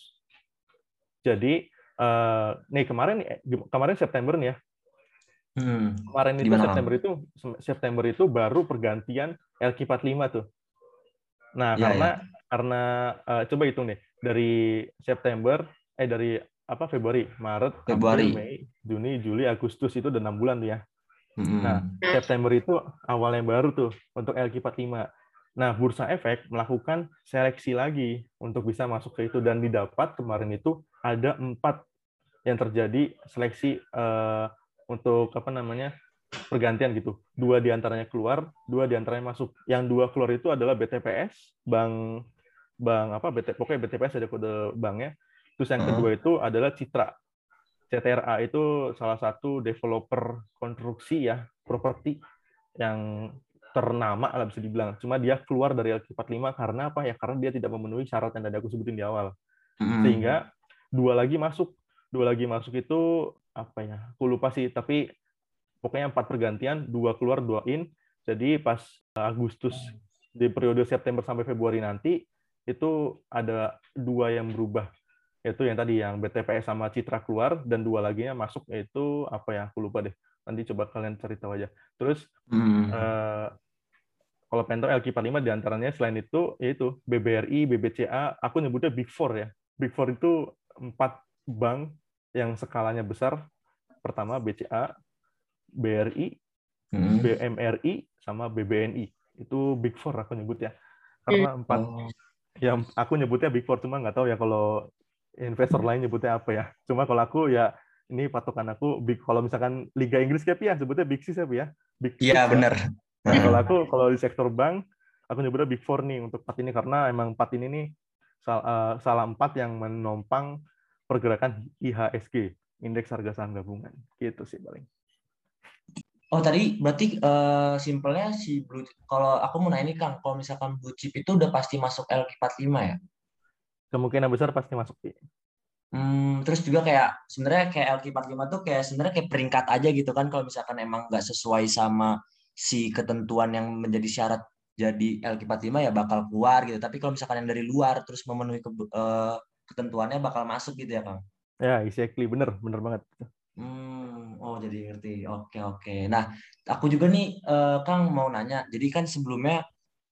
Jadi nih kemarin September nih ya. Kemarin itu September itu baru pergantian LQ45 tuh. Nah, karena coba hitung nih dari Februari, Maret, April, Mei, Juni, Juli, Agustus itu udah 6 bulan tuh ya. Nah, September itu awal yang baru tuh untuk LQ45. Nah, Bursa Efek melakukan seleksi lagi untuk bisa masuk ke itu, dan didapat kemarin itu ada 4 yang terjadi seleksi untuk pergantian gitu. 2 diantaranya keluar, 2 diantaranya masuk. Yang 2 keluar itu adalah BTPS, pokoknya BTPS ada kode banknya. Terus yang kedua itu adalah Citra. CTRA itu salah satu developer konstruksi ya, properti yang ternama lah bisa dibilang. Cuma dia keluar dari LQ45 karena apa ya? Karena dia tidak memenuhi syarat yang tadi aku sebutin di awal. Sehingga 2 lagi masuk. 2 lagi masuk itu apa ya? Aku lupa sih, tapi pokoknya 4 pergantian, 2 keluar, 2 in. Jadi pas Agustus di periode September sampai Februari nanti itu ada 2 yang berubah. Itu yang tadi yang BTPS sama Citra keluar, dan 2 laginya masuk, yaitu apa ya, aku lupa deh. Nanti coba kalian cari tahu aja. Terus kalau pengen tahu LQ45 diantaranya selain itu yaitu BBRI, BBCA, aku nyebutnya Big Four ya. Big Four itu 4 bank yang skalanya besar. Pertama BCA, BRI, BMRI, sama BBNI. Itu Big Four aku nyebut ya. Karena 4 yang aku nyebutnya Big Four, cuma nggak tahu ya kalau investor lain nyebutnya apa ya. Cuma kalau aku ya, ini patokan aku, kalau misalkan Liga Inggris ya sebutnya Big Six ya. Iya, benar. Nah, kalau di sektor bank, aku nyebutnya Big Four nih untuk 4 ini, karena emang 4 ini nih salah 4 yang menopang pergerakan IHSG, Indeks Harga Saham Gabungan. Gitu sih paling. Oh, tadi berarti simpelnya kalau aku mau nanya ini Kang, kalau misalkan blue chip itu udah pasti masuk LQ45 ya? Kemungkinan besar pasti masuk. Terus juga kayak sebenarnya kayak LQ45 tuh kayak sebenarnya kayak peringkat aja gitu kan, kalau misalkan emang nggak sesuai sama si ketentuan yang menjadi syarat jadi LQ45 ya bakal keluar gitu. Tapi kalau misalkan yang dari luar terus memenuhi ketentuannya bakal masuk gitu ya Kang? Ya, exactly, bener banget. jadi ngerti. Oke. Nah, aku juga nih, Kang mau nanya. Jadi kan sebelumnya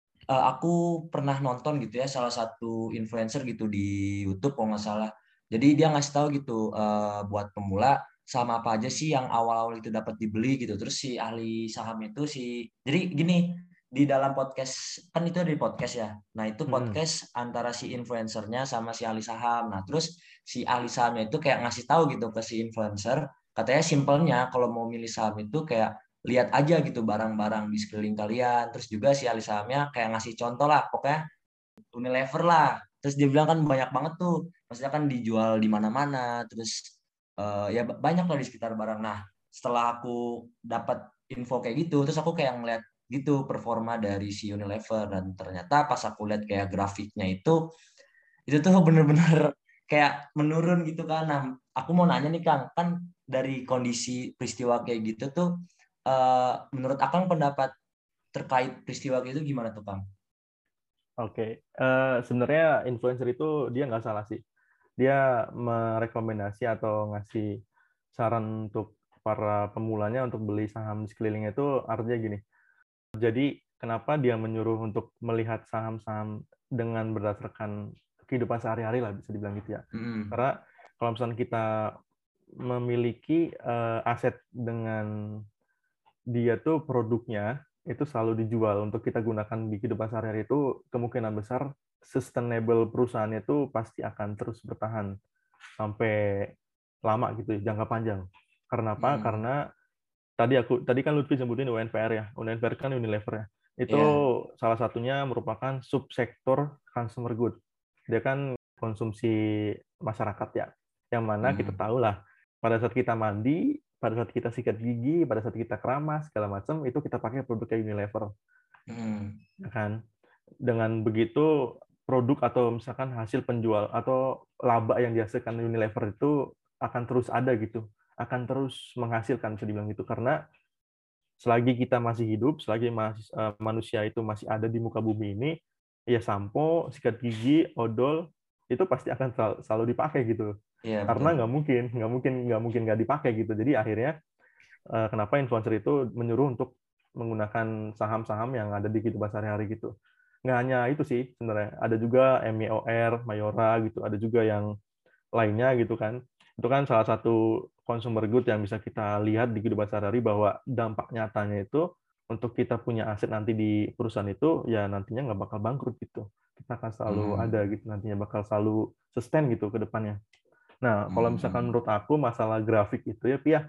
aku pernah nonton gitu ya salah satu influencer gitu di YouTube kalau nggak salah. Jadi dia ngasih tahu gitu buat pemula sama apa aja sih yang awal-awal itu dapat dibeli gitu. Terus si ahli saham itu jadi gini di dalam podcast kan itu ada di podcast ya. Nah itu podcast antara si influencernya sama si ahli saham. Nah terus si ahli sahamnya itu kayak ngasih tahu gitu ke si influencer. Katanya simpelnya kalau mau milih saham itu kayak lihat aja gitu barang-barang di sekeliling kalian. Terus juga si ahli sahamnya kayak ngasih contoh lah, pokoknya Unilever lah. Terus dia bilang kan banyak banget tuh, maksudnya kan dijual di mana-mana. Terus ya banyak lah di sekitar barang. Nah setelah aku dapat info kayak gitu, terus aku kayak ngeliat gitu performa dari si Unilever dan ternyata pas aku lihat kayak grafiknya itu tuh bener-bener kayak menurun gitu kan. Nah aku mau nanya nih Kang, kan dari kondisi peristiwa kayak gitu tuh menurut Akang pendapat terkait peristiwa itu gimana tuh Kang? Oke, sebenarnya influencer itu dia nggak salah sih. Dia merekomendasi atau ngasih saran untuk para pemulanya untuk beli saham di sekelilingnya itu artinya gini. Jadi kenapa dia menyuruh untuk melihat saham-saham dengan berdasarkan kehidupan sehari-hari lah bisa dibilang gitu ya. Karena kalau misalnya kita memiliki aset dengan dia tuh produknya itu selalu dijual untuk kita gunakan di kehidupan sehari-hari itu kemungkinan besar sustainable perusahaannya itu pasti akan terus bertahan sampai lama gitu jangka panjang. Karena apa? Karena tadi kan Lutfi sebutin UNPR ya. UNPR kan Unilever ya. Itu salah satunya merupakan subsektor consumer good. Dia kan konsumsi masyarakat ya. Yang mana kita tahu lah pada saat kita mandi, pada saat kita sikat gigi, pada saat kita keramas segala macam itu kita pakai produknya Unilever. Kan? Dengan begitu produk atau misalkan hasil penjual atau laba yang dihasilkan Unilever itu akan terus ada gitu, akan terus menghasilkan bisa dibilang gitu karena selagi kita masih hidup, selagi manusia itu masih ada di muka bumi ini, ya sampo, sikat gigi, odol itu pasti akan selalu dipakai gitu. Karena nggak mungkin nggak dipakai gitu. Jadi akhirnya kenapa influencer itu menyuruh untuk menggunakan saham-saham yang ada di kehidupan sehari-hari gitu. Nggak hanya itu sih sebenarnya, ada juga MIOR, Mayora gitu, ada juga yang lainnya gitu kan. Itu kan salah satu consumer good yang bisa kita lihat di kehidupan sehari-hari bahwa dampak nyatanya itu untuk kita punya aset nanti di perusahaan itu ya nantinya nggak bakal bangkrut gitu. Kita akan selalu ada gitu nantinya bakal selalu sustain gitu ke depannya. Nah, kalau misalkan menurut aku masalah grafik itu ya Pia.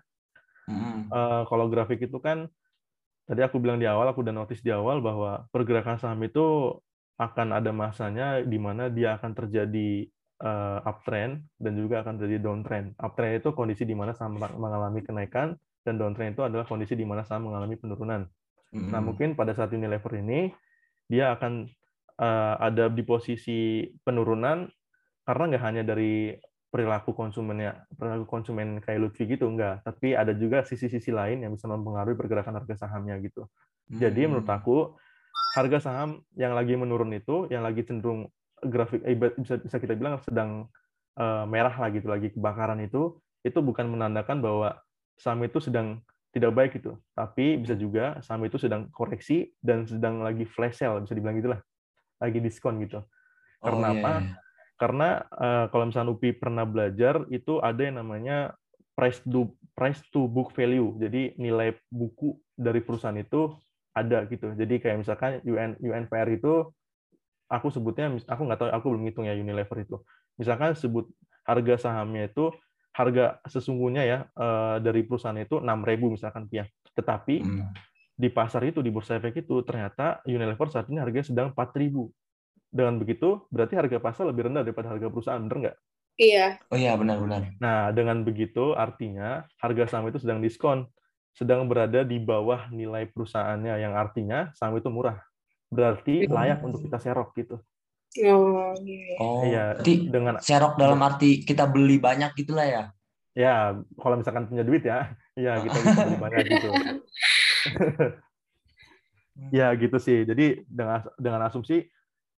Kalau grafik itu kan tadi aku bilang di awal, aku udah notice di awal bahwa pergerakan saham itu akan ada masanya di mana dia akan terjadi uptrend dan juga akan terjadi downtrend. Uptrend itu kondisi di mana saham mengalami kenaikan dan downtrend itu adalah kondisi di mana saham mengalami penurunan. Nah, mungkin pada saat Unilever ini dia akan ada di posisi penurunan karena nggak hanya dari perilaku konsumen kayak Lutfi gitu enggak, tapi ada juga sisi-sisi lain yang bisa mempengaruhi pergerakan harga sahamnya gitu. Jadi menurut aku harga saham yang lagi menurun itu, yang lagi cenderung grafik bisa kita bilang sedang merah lah gitu, lagi kebakaran itu bukan menandakan bahwa saham itu sedang tidak baik gitu, tapi bisa juga saham itu sedang koreksi dan sedang lagi flash sale bisa dibilang gitulah, lagi diskon gitu. Karena apa? Karena kalau misalnya UPI pernah belajar itu ada yang namanya price to book value. Jadi nilai buku dari perusahaan itu ada gitu. Jadi kayak misalkan UNPR itu aku sebutnya, aku nggak tahu, aku belum ngitung ya Unilever itu. Misalkan sebut harga sahamnya itu harga sesungguhnya ya dari perusahaan itu 6.000 misalkan ya. Tetapi di pasar itu di bursa efek itu ternyata Unilever saat ini harganya sedang 4.000. Dengan begitu, berarti harga pasar lebih rendah daripada harga perusahaan, benar nggak? Iya. Oh iya, benar-benar. Nah, dengan begitu, artinya harga saham itu sedang diskon, sedang berada di bawah nilai perusahaannya, yang artinya saham itu murah. Berarti layak untuk kita serok, gitu. Oh, iya. Iya, berarti dengan serok dalam arti kita beli banyak gitulah ya? Ya, kalau misalkan punya duit ya, ya kita bisa beli banyak gitu. Ya, gitu sih. Jadi dengan asumsi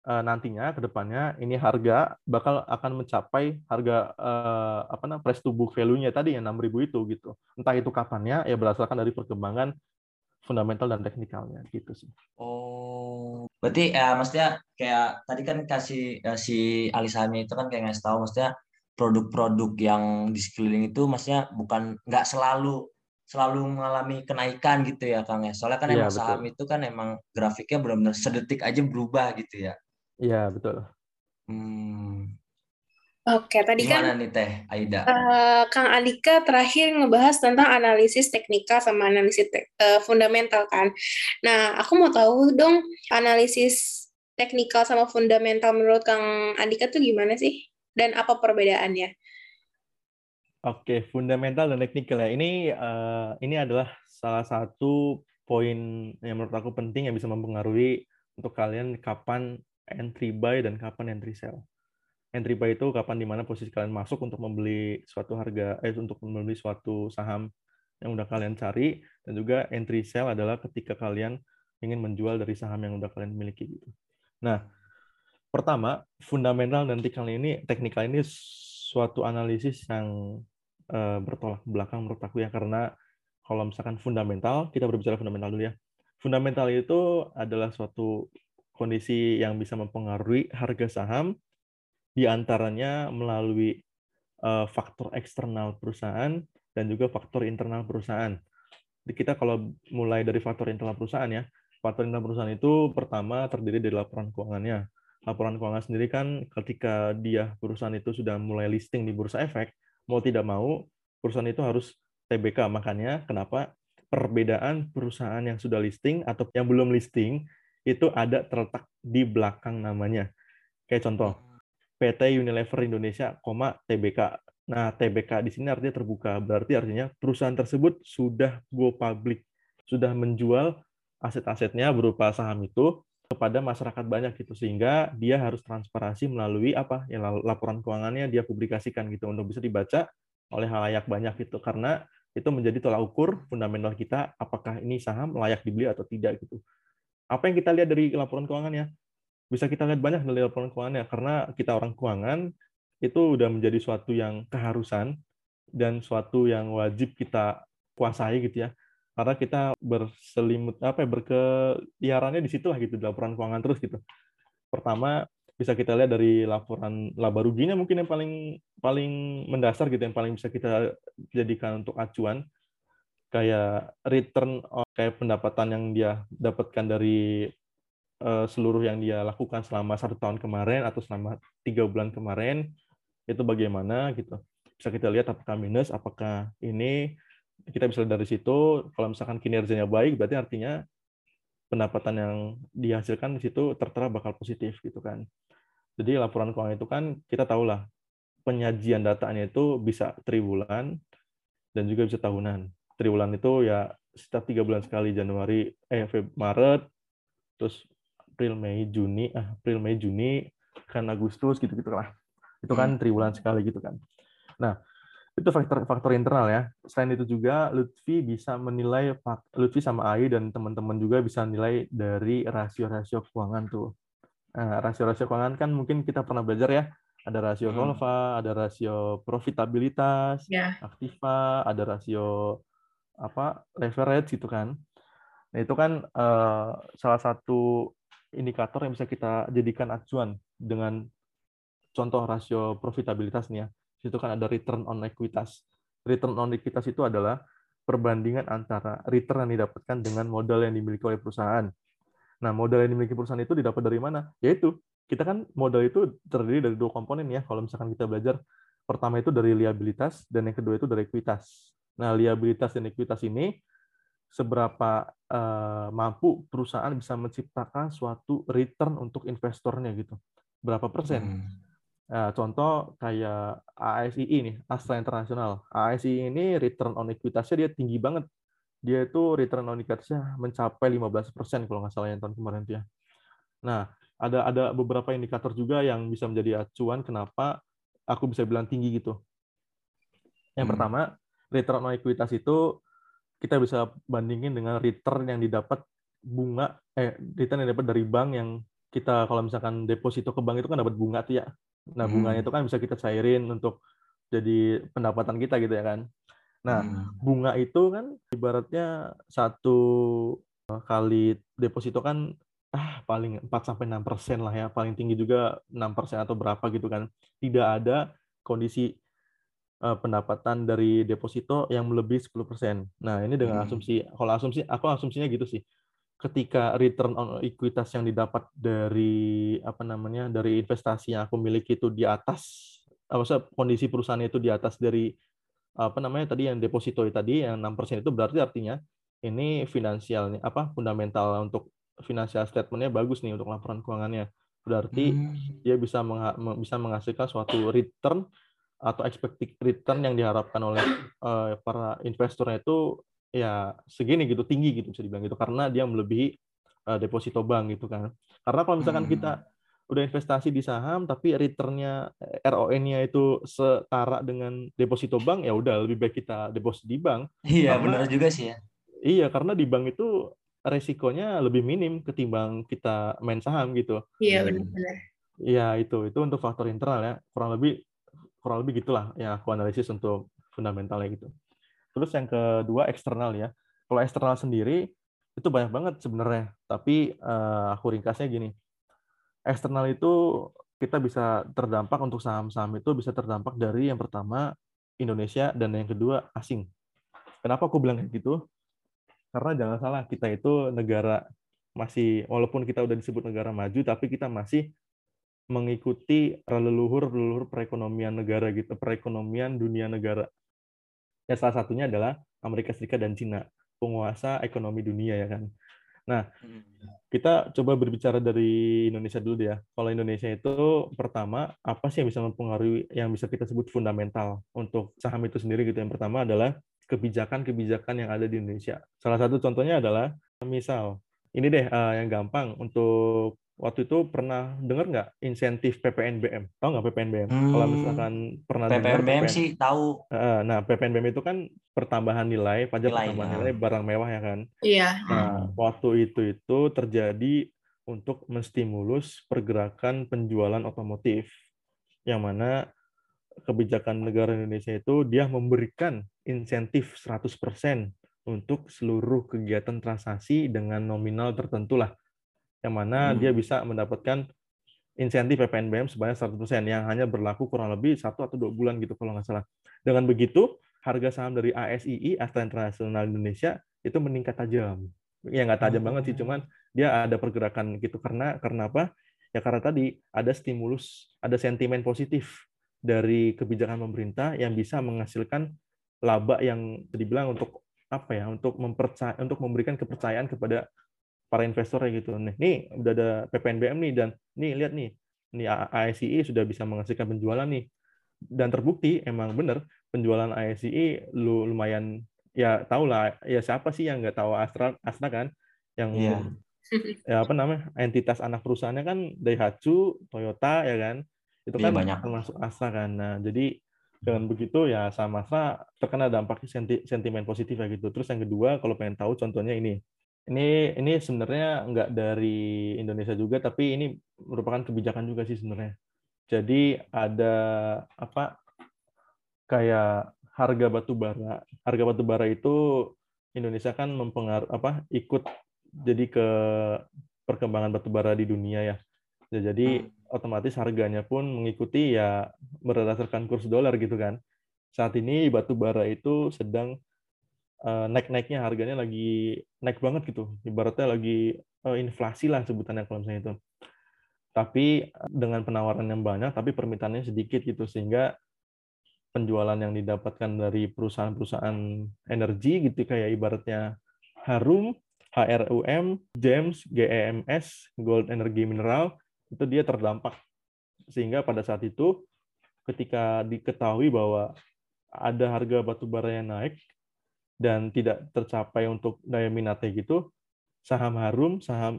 nantinya ke depannya ini harga bakal akan mencapai harga price to book value-nya tadi yang 6.000 itu gitu. Entah itu kapannya ya berdasarkan dari perkembangan fundamental dan teknikalnya gitu sih. Oh, berarti maksudnya kayak tadi kan si Alisami itu kan kayak ngasih tahu maksudnya produk-produk yang di sekeliling itu maksudnya bukan nggak selalu mengalami kenaikan gitu ya Kang ya. Soalnya kan Iya, emang betul. saham itu kan emang grafiknya benar-benar sedetik aja berubah gitu ya. Iya, betul. Hmm, Oke, tadi kan gimana nih Teh Aida? Kang Andika terakhir ngebahas tentang analisis teknikal sama analisis fundamental kan. Nah, aku mau tahu dong analisis teknikal sama fundamental menurut Kang Andika tuh gimana sih? Dan apa perbedaannya? Oke, fundamental dan teknikal ya. Ini adalah salah satu poin yang menurut aku penting yang bisa mempengaruhi untuk kalian kapan entry buy dan kapan entry sell. Entry buy itu kapan dimana posisi kalian masuk untuk membeli suatu untuk membeli suatu saham yang udah kalian cari, dan juga entry sell adalah ketika kalian ingin menjual dari saham yang udah kalian miliki gitu. Nah, pertama, fundamental dan teknikal ini suatu analisis yang bertolak belakang menurut aku ya, karena kalau misalkan fundamental, kita berbicara fundamental dulu ya. Fundamental itu adalah suatu kondisi yang bisa mempengaruhi harga saham, di antaranya melalui faktor eksternal perusahaan dan juga faktor internal perusahaan. Kita kalau mulai dari faktor internal perusahaan ya, faktor internal perusahaan itu pertama terdiri dari laporan keuangannya. Laporan keuangan sendiri kan ketika perusahaan itu sudah mulai listing di Bursa Efek, mau tidak mau perusahaan itu harus TBK. Makanya kenapa perbedaan perusahaan yang sudah listing atau yang belum listing itu ada terletak di belakang namanya. Kayak contoh, PT Unilever Indonesia, TBK. Nah, TBK di sini artinya terbuka. Berarti artinya perusahaan tersebut sudah go public, sudah menjual aset-asetnya berupa saham itu kepada masyarakat banyak gitu, sehingga dia harus transparansi melalui laporan keuangannya dia publikasikan gitu untuk bisa dibaca oleh halayak banyak gitu, karena itu menjadi tolak ukur fundamental kita apakah ini saham layak dibeli atau tidak gitu. Apa yang kita lihat dari laporan keuangannya? Bisa kita lihat banyak dari laporan keuangannya, karena kita orang keuangan itu udah menjadi suatu yang keharusan dan suatu yang wajib kita kuasai gitu ya, karena kita berkeliarannya di situlah gitu, di laporan keuangan terus gitu. Pertama bisa kita lihat dari laporan laba ruginya, mungkin yang paling paling mendasar gitu, yang paling bisa kita jadikan untuk acuan, kayak kayak pendapatan yang dia dapatkan dari seluruh yang dia lakukan selama 1 tahun kemarin atau selama 3 bulan kemarin, itu bagaimana gitu. Bisa kita lihat apakah minus, apakah ini, kita bisa lihat dari situ. Kalau misalkan kinerjanya baik, berarti artinya pendapatan yang dihasilkan di situ tertera bakal positif gitu kan. Jadi laporan keuangan itu kan kita tahulah penyajian datanya itu bisa triwulan dan juga bisa tahunan. Triwulan itu ya setiap 3 bulan sekali, Maret, terus April, Mei, Juni, kan Agustus gitu-gitu lah. Itu kan triwulan sekali gitu kan. Nah, itu faktor internal ya. Selain itu juga Lutfi sama Ai dan teman-teman juga bisa nilai dari rasio-rasio keuangan tuh. Nah, rasio-rasio keuangan kan mungkin kita pernah belajar ya. Ada rasio solva, ada rasio profitabilitas, aktiva, ada rasio leverage gitu kan. Nah, itu kan salah satu indikator yang bisa kita jadikan acuan dengan contoh rasio profitabilitas nih ya. Di situ kan ada return on ekuitas. Return on ekuitas itu adalah perbandingan antara return yang didapatkan dengan modal yang dimiliki oleh perusahaan. Nah, modal yang dimiliki perusahaan itu didapat dari mana? Yaitu, kita kan modal itu terdiri dari 2 komponen ya, kalau misalkan kita belajar. Pertama itu dari liabilitas, dan yang kedua itu dari ekuitas. Nah, liabilitas dan ekuitas ini seberapa mampu perusahaan bisa menciptakan suatu return untuk investornya gitu. Berapa persen? Nah, contoh kayak ASII nih, Astra International. ASII ini return on equity-nya dia tinggi banget. Dia itu return on equity-nya mencapai 15% kalau nggak salah yang tahun kemarin tuh ya. Nah, ada beberapa indikator juga yang bisa menjadi acuan kenapa aku bisa bilang tinggi gitu. Yang pertama, return on equity itu kita bisa bandingin dengan return yang didapat return yang didapat dari bank yang kita kalau misalkan deposito ke bank itu kan dapat bunga tuh ya. Nah, bunganya itu kan bisa kita cairin untuk jadi pendapatan kita gitu ya kan. Nah, bunga itu kan ibaratnya satu kali deposito kan paling 4-6% lah ya, paling tinggi juga 6% atau berapa gitu kan. Tidak ada kondisi pendapatan dari deposito yang melebihi 10%. Nah, ini dengan asumsi, aku asumsinya gitu sih. Ketika return on ekuitas yang didapat dari dari investasi yang aku miliki itu di atas, maksudnya kondisi perusahaan itu di atas dari tadi yang deposito tadi yang 6% itu berarti artinya ini finansialnya fundamental untuk financial statementnya bagus nih untuk laporan keuangannya. Berarti dia bisa menghasilkan suatu return atau expected return yang diharapkan oleh para investornya itu ya segini gitu, tinggi gitu bisa dibilang gitu, karena dia melebihi deposito bank gitu kan. Karena kalau misalkan kita udah investasi di saham tapi returnnya RON-nya itu setara dengan deposito bank, ya udah lebih baik kita deposit di bank. Iya, Karena benar juga sih ya. iya, karena di bank itu resikonya lebih minim ketimbang kita main saham gitu. Iya, benar-benar. Iya, itu untuk faktor internal ya. Kurang lebih gitulah yang aku analisis untuk fundamentalnya gitu. Terus yang kedua eksternal ya. Kalau eksternal sendiri itu banyak banget sebenarnya. Tapi aku ringkasnya gini. Eksternal itu kita bisa terdampak untuk saham-saham itu bisa terdampak dari yang pertama Indonesia dan yang kedua asing. Kenapa aku bilang kayak gitu? Karena jangan salah, kita itu negara walaupun kita udah disebut negara maju, tapi kita masih mengikuti leluhur perekonomian negara gitu, perekonomian dunia negara. Ya salah satunya adalah Amerika Serikat dan Cina, penguasa ekonomi dunia ya kan. Nah, kita coba berbicara dari Indonesia dulu deh ya. Kalau Indonesia itu pertama apa sih yang bisa mempengaruhi yang bisa kita sebut fundamental untuk saham itu sendiri gitu. Yang pertama adalah kebijakan-kebijakan yang ada di Indonesia. Salah satu contohnya adalah misal ini deh yang gampang untuk waktu itu pernah dengar nggak insentif PPNBM? Tahu nggak PPNBM? Kalau misalkan pernah dengar PPNBM sih tahu. Nah, PPNBM itu kan pertambahan nilai, pajak pertambahan nilai barang mewah ya kan. Iya. Nah, waktu itu terjadi untuk menstimulus pergerakan penjualan otomotif, yang mana kebijakan negara Indonesia itu dia memberikan insentif 100% untuk seluruh kegiatan transaksi dengan nominal tertentu lah, yang mana dia bisa mendapatkan insentif PPNBM sebanyak 100% yang hanya berlaku kurang lebih 1 atau 2 bulan gitu kalau nggak salah. Dengan begitu, harga saham dari ASII, Astra International Indonesia, itu meningkat tajam. Ya nggak tajam banget sih, cuman dia ada pergerakan gitu. Karena apa? Ya karena tadi ada stimulus, ada sentimen positif dari kebijakan pemerintah yang bisa menghasilkan laba yang dibilang untuk untuk memberikan kepercayaan kepada para investor gitu. Nih udah ada PPNBM nih, dan nih lihat nih ASII sudah bisa menghasilkan penjualan nih, dan terbukti emang bener penjualan ASII lumayan. Ya tau lah ya, siapa sih yang nggak tahu Astra kan, yang ya entitas anak perusahaannya kan Daihatsu, Toyota ya kan, itu kan banyak. termasuk Astra kan. Nah jadi dengan begitu ya sama Astra terkena dampak sentimen positif ya gitu. Terus yang kedua, kalau pengen tahu contohnya ini sebenarnya nggak dari Indonesia juga, tapi ini merupakan kebijakan juga sih sebenarnya. Jadi ada kayak harga batu bara. Harga batu bara itu Indonesia kan ikut jadi ke perkembangan batu bara di dunia ya. Jadi otomatis harganya pun mengikuti ya berdasarkan kurs dolar gitu kan. Saat ini batu bara itu sedang naik-naiknya, harganya lagi naik banget gitu. Ibaratnya lagi inflasi lah sebutannya kalau misalnya itu. Tapi dengan penawaran yang banyak, tapi permintaannya sedikit gitu. Sehingga penjualan yang didapatkan dari perusahaan-perusahaan energi gitu, kayak ibaratnya Harum, HRUM, GEMS, GEMS, Gold Energy Mineral, itu dia terdampak. Sehingga pada saat itu, ketika diketahui bahwa ada harga batu bara yang naik, dan tidak tercapai untuk daya minatnya gitu, saham Harum, saham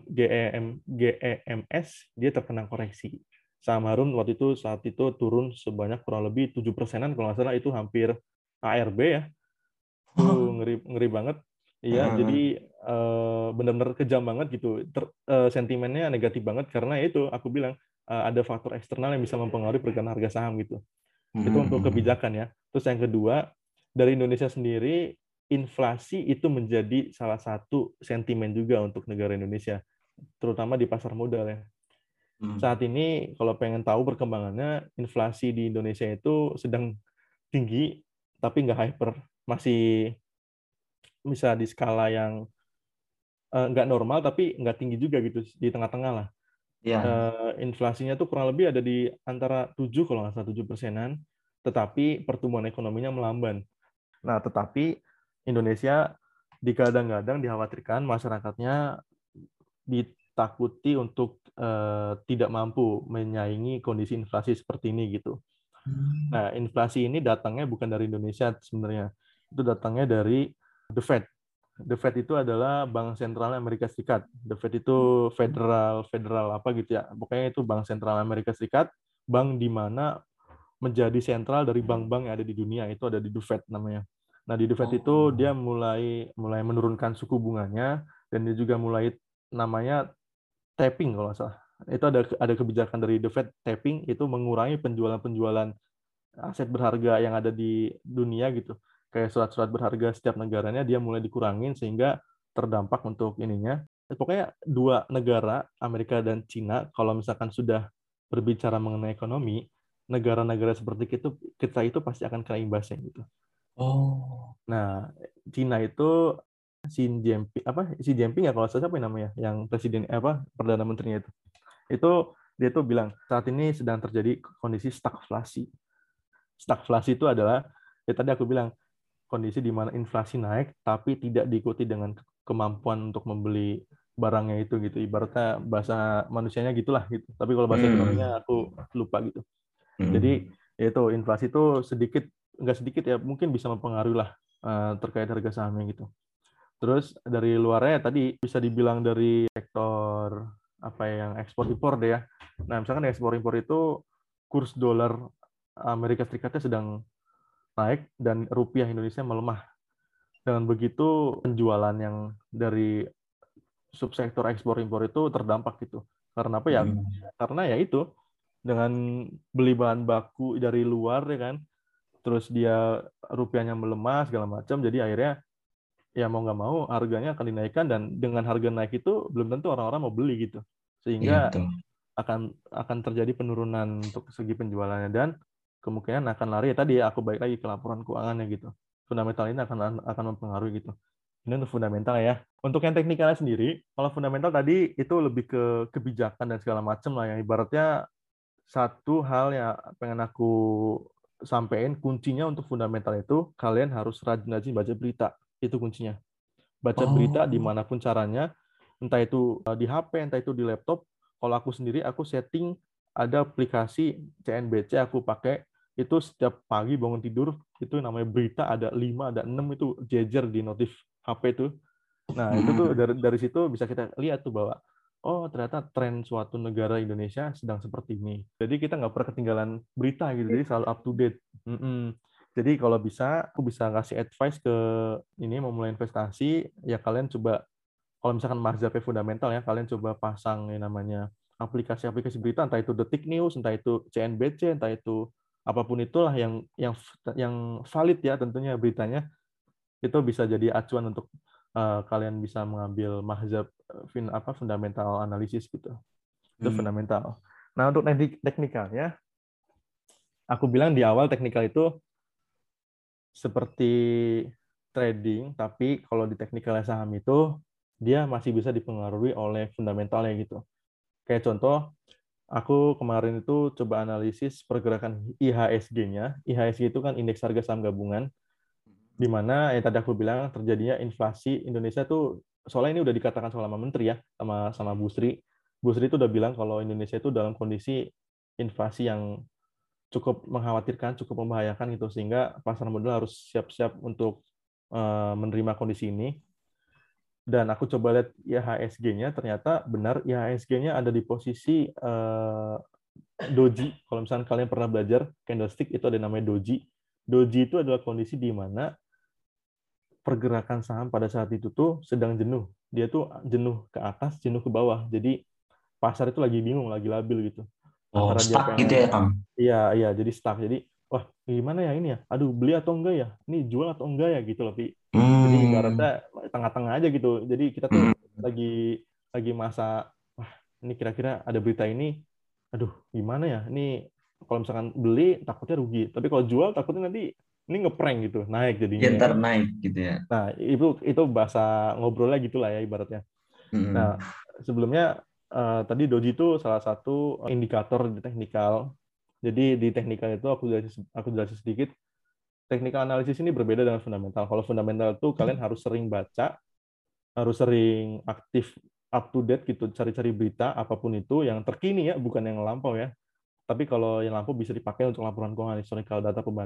GEMS, dia terkena koreksi. Saham Harum saat itu turun sebanyak kurang lebih 7%-an, kalau nggak salah itu hampir ARB ya. Itu ngeri banget. Iya, jadi benar-benar kejam banget gitu. Sentimennya negatif banget karena itu aku bilang ada faktor eksternal yang bisa mempengaruhi pergerakan harga saham gitu. Itu untuk kebijakan ya. Terus yang kedua, dari Indonesia sendiri, inflasi itu menjadi salah satu sentimen juga untuk negara Indonesia, terutama di pasar modal ya. Saat ini kalau pengen tahu perkembangannya, inflasi di Indonesia itu sedang tinggi, tapi nggak hyper. Masih bisa di skala yang nggak normal, tapi nggak tinggi juga gitu, di tengah-tengah lah. Iya. Inflasinya tuh kurang lebih ada di antara 7 kalau nggak salah 7%, tetapi pertumbuhan ekonominya melamban. Nah, tetapi Indonesia digadang-gadang dikhawatirkan masyarakatnya ditakuti untuk tidak mampu menyaingi kondisi inflasi seperti ini gitu. Nah, inflasi ini datangnya bukan dari Indonesia sebenarnya. Itu datangnya dari The Fed. The Fed itu adalah Bank Sentral Amerika Serikat. The Fed itu federal apa gitu ya. Pokoknya itu Bank Sentral Amerika Serikat, bank di mana menjadi sentral dari bank-bank yang ada di dunia. Itu ada di The Fed namanya. Nah, di The Fed itu dia mulai menurunkan suku bunganya, dan dia juga mulai namanya tapering kalau nggak salah. Itu ada kebijakan dari The Fed, tapering itu mengurangi penjualan aset berharga yang ada di dunia gitu. Kayak surat-surat berharga setiap negaranya dia mulai dikurangin sehingga terdampak untuk ininya. Pokoknya dua negara, Amerika dan Cina, kalau misalkan sudah berbicara mengenai ekonomi, negara-negara seperti kita itu pasti akan kena imbasnya gitu. Oh. Nah, Cina itu Xi Jinping ya kalau saya siapa yang namanya, yang presiden perdana menterinya itu dia tuh bilang saat ini sedang terjadi kondisi stagflasi. Stagflasi itu adalah ya tadi aku bilang kondisi di mana inflasi naik tapi tidak diikuti dengan kemampuan untuk membeli barangnya itu gitu. Ibaratnya bahasa manusianya gitulah gitu. Tapi kalau bahasa ekonominya aku lupa gitu. Jadi itu inflasi itu nggak sedikit ya, mungkin bisa mempengaruhi lah terkait harga sahamnya gitu. Terus dari luarnya tadi bisa dibilang dari sektor yang ekspor impor deh ya. Nah, misalkan ekspor impor itu kurs dolar Amerika Serikatnya sedang naik dan rupiah Indonesia melemah. Dengan begitu penjualan yang dari subsektor ekspor impor itu terdampak gitu. Karena apa ya? Karena ya itu dengan beli bahan baku dari luar ya kan, terus dia rupiahnya melemah segala macam, jadi akhirnya ya mau nggak mau harganya akan dinaikkan, dan dengan harga naik itu belum tentu orang-orang mau beli gitu, Iya, sehingga betul. akan terjadi penurunan untuk segi penjualannya, dan kemungkinan akan lari ya tadi aku balik lagi ke laporan keuangannya gitu. Fundamental ini akan mempengaruhi gitu. Ini untuk fundamental ya. Untuk yang teknikalnya sendiri, kalau fundamental tadi itu lebih ke kebijakan dan segala macam lah, yang ibaratnya satu hal yang pengen aku sampaikan, kuncinya untuk fundamental itu kalian harus rajin-rajin baca berita. Itu kuncinya. Baca berita Oh. dimanapun caranya, entah itu di HP, entah itu di laptop. Kalau aku sendiri, aku setting ada aplikasi CNBC aku pakai, itu setiap pagi bangun tidur, itu namanya berita, ada 5, ada 6, itu jejer di notif HP itu. Nah, itu tuh dari situ bisa kita lihat tuh bahwa, oh ternyata tren suatu negara Indonesia sedang seperti ini. Jadi kita nggak pernah ketinggalan berita gitu, jadi selalu up to date. Jadi kalau bisa, aku bisa kasih advice ke ini mau mulai investasi, ya kalian coba, kalau misalkan mazhabnya fundamental ya, kalian coba pasang yang namanya aplikasi-aplikasi berita, entah itu Detik News, entah itu CNBC, entah itu apapun itulah yang valid ya tentunya beritanya, itu bisa jadi acuan untuk kalian bisa mengambil mazhab fundamental analisis gitu. Itu fundamental. Nah, untuk teknikalnya, aku bilang di awal teknikal itu seperti trading, tapi kalau di teknikalnya saham itu dia masih bisa dipengaruhi oleh fundamentalnya gitu. Kayak contoh, aku kemarin itu coba analisis pergerakan IHSG-nya. IHSG itu kan indeks harga saham gabungan, di mana tadi aku bilang terjadinya inflasi Indonesia tuh, soalnya ini udah dikatakan sama menteri ya, sama Bu Sri. Bu Sri itu udah bilang kalau Indonesia itu dalam kondisi inflasi yang cukup mengkhawatirkan, cukup membahayakan gitu, sehingga pasar modal harus siap-siap untuk menerima kondisi ini. Dan aku coba lihat IHSG-nya, ternyata benar IHSG-nya ada di posisi doji. Kalau misalnya kalian pernah belajar candlestick, itu ada namanya doji. Doji itu adalah kondisi di mana pergerakan saham pada saat itu tuh sedang jenuh. Dia tuh jenuh ke atas, jenuh ke bawah. Jadi pasar itu lagi bingung, lagi labil gitu. Oh, Antara dia stuck gitu ya, pengen, Kang? iya, jadi stuck. Jadi, wah, gimana ya ini ya? Aduh, beli atau enggak ya? Ini jual atau enggak ya? Gitu loh, Pi. Jadi Hmm. ibaratnya tengah-tengah aja gitu. Jadi kita tuh Hmm. lagi masa, wah, ini kira-kira ada berita ini, aduh, gimana ya? Ini kalau misalkan beli takutnya rugi. Tapi kalau jual takutnya nanti ini ngeprank gitu, naik Ya, jadinya ya ntar kan. naik gitu ya. Nah, itu bahasa ngobrolnya gitulah ya ibaratnya. Nah, Hmm. sebelumnya tadi doji itu salah satu indikator di teknikal. Jadi di teknikal itu aku jelasin sedikit. Technical analysis ini berbeda dengan fundamental. Kalau fundamental itu kalian harus sering baca, harus sering aktif up to date gitu, cari-cari berita apapun itu yang terkini ya, bukan yang lampau ya. Tapi kalau yang lampau bisa dipakai untuk laporan keuangan historical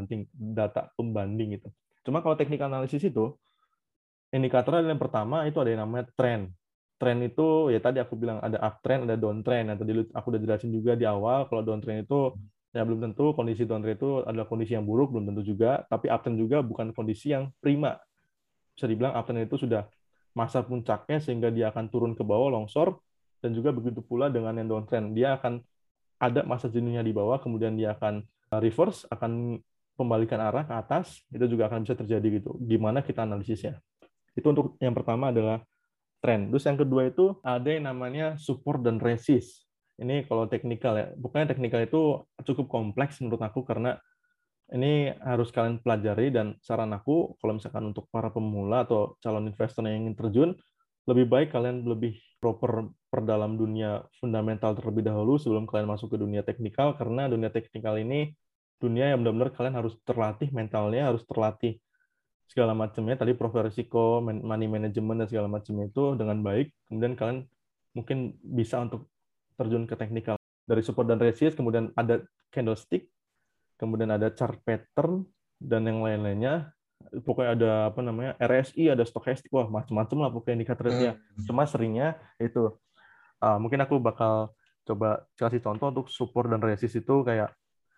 data pembanding gitu. Cuma kalau technical analysis itu indikatornya yang pertama itu ada yang namanya trend. Trend itu ya tadi aku bilang ada uptrend, ada downtrend. Yang tadi aku udah jelasin juga di awal, kalau downtrend itu ya belum tentu kondisi downtrend itu adalah kondisi yang buruk, belum tentu juga. Tapi uptrend juga bukan kondisi yang prima. Bisa dibilang uptrend itu sudah masa puncaknya sehingga dia akan turun ke bawah longsor, dan juga begitu pula dengan yang downtrend. Dia akan ada masa jenuhnya di bawah, kemudian dia akan reverse, akan pembalikan arah ke atas, itu juga akan bisa terjadi gitu. Gimana kita analisisnya? Itu untuk yang pertama adalah tren. Terus yang kedua itu ada yang namanya support dan resist. Ini kalau teknikal ya. Pokoknya teknikal itu cukup kompleks menurut aku karena ini harus kalian pelajari, dan saran aku kalau misalkan untuk para pemula atau calon investor yang ingin terjun, lebih baik kalian lebih proper perdalam dunia fundamental terlebih dahulu sebelum kalian masuk ke dunia teknikal, karena dunia teknikal ini dunia yang benar-benar kalian harus terlatih mentalnya, harus terlatih segala macamnya, tadi profil risiko, money management, dan segala macamnya itu dengan baik, kemudian kalian mungkin bisa untuk terjun ke teknikal. Dari support dan resist, kemudian ada candlestick, kemudian ada chart pattern, dan yang lain-lainnya. Pokoknya ada apa namanya RSI, ada stochastic, wah macam-macam lah pokoknya indikatornya. Hmm. Cuma seringnya itu mungkin aku bakal coba kasih contoh untuk support dan resist itu kayak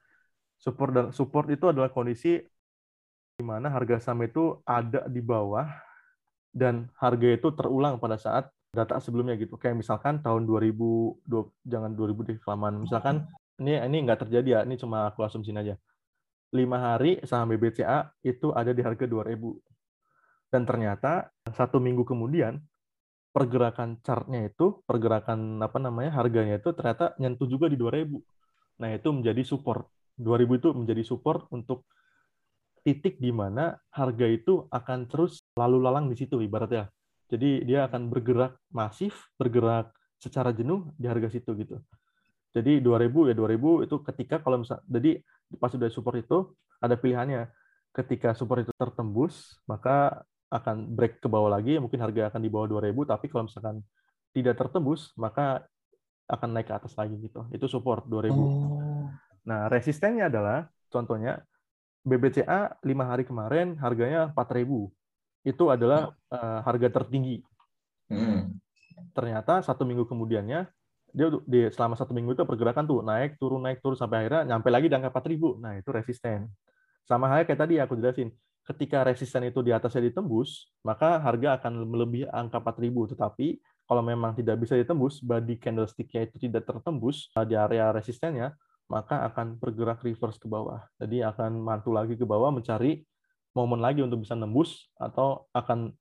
support itu adalah kondisi di mana harga saham itu ada di bawah dan harga itu terulang pada saat data sebelumnya gitu. Kayak misalkan tahun 2000, jangan 2000 deh kelamaan. Misalkan ini nggak terjadi ya, ini cuma aku asumsiin aja. 5 hari saham BBCA itu ada di harga 2000. Dan ternyata 1 minggu kemudian pergerakan chartnya itu, pergerakan apa namanya harganya itu ternyata nyentuh juga di 2000. Nah, itu menjadi support. 2000 itu menjadi support untuk titik di mana harga itu akan terus lalu lalang di situ ibaratnya. Jadi dia akan bergerak masif, bergerak secara jenuh di harga situ gitu. Jadi 2000 ya 2000 itu ketika kalau misal, jadi pas sudah support itu ada pilihannya. Ketika support itu tertembus, maka akan break ke bawah lagi, mungkin harga akan di bawah 2000, tapi kalau misalkan tidak tertembus, maka akan naik ke atas lagi gitu. Itu support 2000. Oh. Nah, resistennya adalah contohnya BBCA 5 hari kemarin harganya 4.000. Itu adalah harga tertinggi. Hmm. Ternyata 1 minggu kemudiannya dia selama 1 minggu itu pergerakan tuh naik turun sampai akhirnya nyampe lagi di angka 4.000. Nah, itu resisten. Sama halnya kayak tadi aku jelasin. Ketika resisten itu di atasnya ditembus, maka harga akan melebihi angka 4.000. Tetapi kalau memang tidak bisa ditembus, body candlestick-nya itu tidak tertembus di area resistennya, maka akan bergerak reverse ke bawah. Jadi akan mantul lagi ke bawah mencari momen lagi untuk bisa nembus, atau akan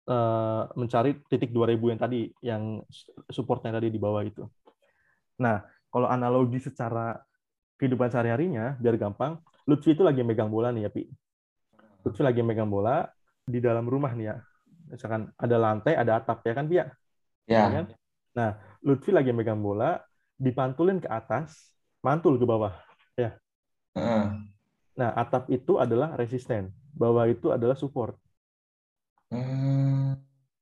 mencari titik 2000 yang tadi, yang supportnya tadi di bawah itu. Nah, kalau analogi secara kehidupan sehari-harinya, biar gampang, Lutfi itu lagi megang bola nih ya, Pi. Lutfi lagi megang bola di dalam rumah nih ya. Misalkan ada lantai, ada atap, ya kan, Pi? Ya kan? Ya. Nah, Lutfi lagi megang bola, dipantulin ke atas, mantul ke bawah. Ya. Heeh. Nah, atap itu adalah resisten, bawah itu adalah support. Hmm.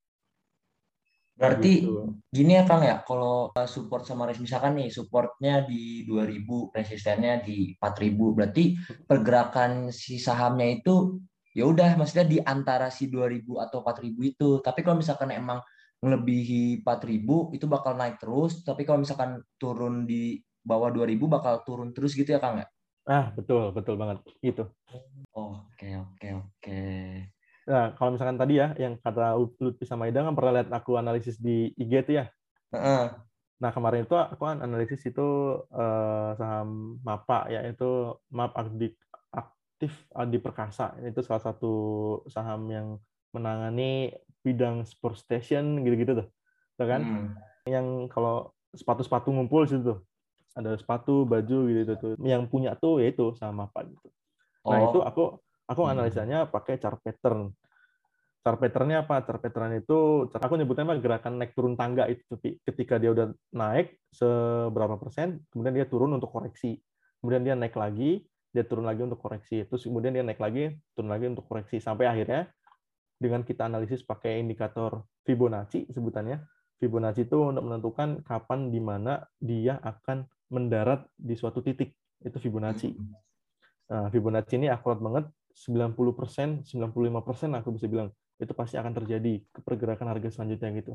Berarti Gitu. gini ya Kang ya, kalau support sama resist misalkan nih supportnya di 2000, resistennya di 4000, berarti pergerakan si sahamnya itu ya udah maksudnya di antara si 2000 atau 4000 itu. Tapi kalau misalkan emang melebihi 4000 itu bakal naik terus, tapi kalau misalkan turun di bawah 2000 bakal turun terus gitu ya Kang ya? Ah, betul, betul banget. Gitu. Oke, oke, oke. Nah, kalau misalkan tadi ya, yang kata Lutfi sama Ida kan pernah lihat aku analisis di IG tuh ya. Heeh. Nah, kemarin itu aku kan analisis itu saham MAPA, yaitu MAP Aktif Adi Perkasa. Itu salah satu saham yang menangani bidang sport station gitu-gitu tuh. Tuh kan? Yang kalau sepatu-sepatu ngumpul situ tuh. Ada sepatu, baju gitu tuh. Yang punya tuh yaitu saham MAPA gitu. Nah, itu Oh. aku analisanya pakai chart pattern. Chart pattern-nya apa? Chart pattern itu, aku nyebutnya mah gerakan naik turun tangga itu. Ketika dia udah naik seberapa persen, kemudian dia turun untuk koreksi. Kemudian dia naik lagi, dia turun lagi untuk koreksi. Terus kemudian dia naik lagi, turun lagi untuk koreksi. Sampai akhirnya, dengan kita analisis pakai indikator Fibonacci, sebutannya. Fibonacci itu untuk menentukan kapan di mana dia akan mendarat di suatu titik. Itu Fibonacci. Nah, Fibonacci ini akurat banget, 90%, 95% aku bisa bilang itu pasti akan terjadi pergerakan harga selanjutnya gitu.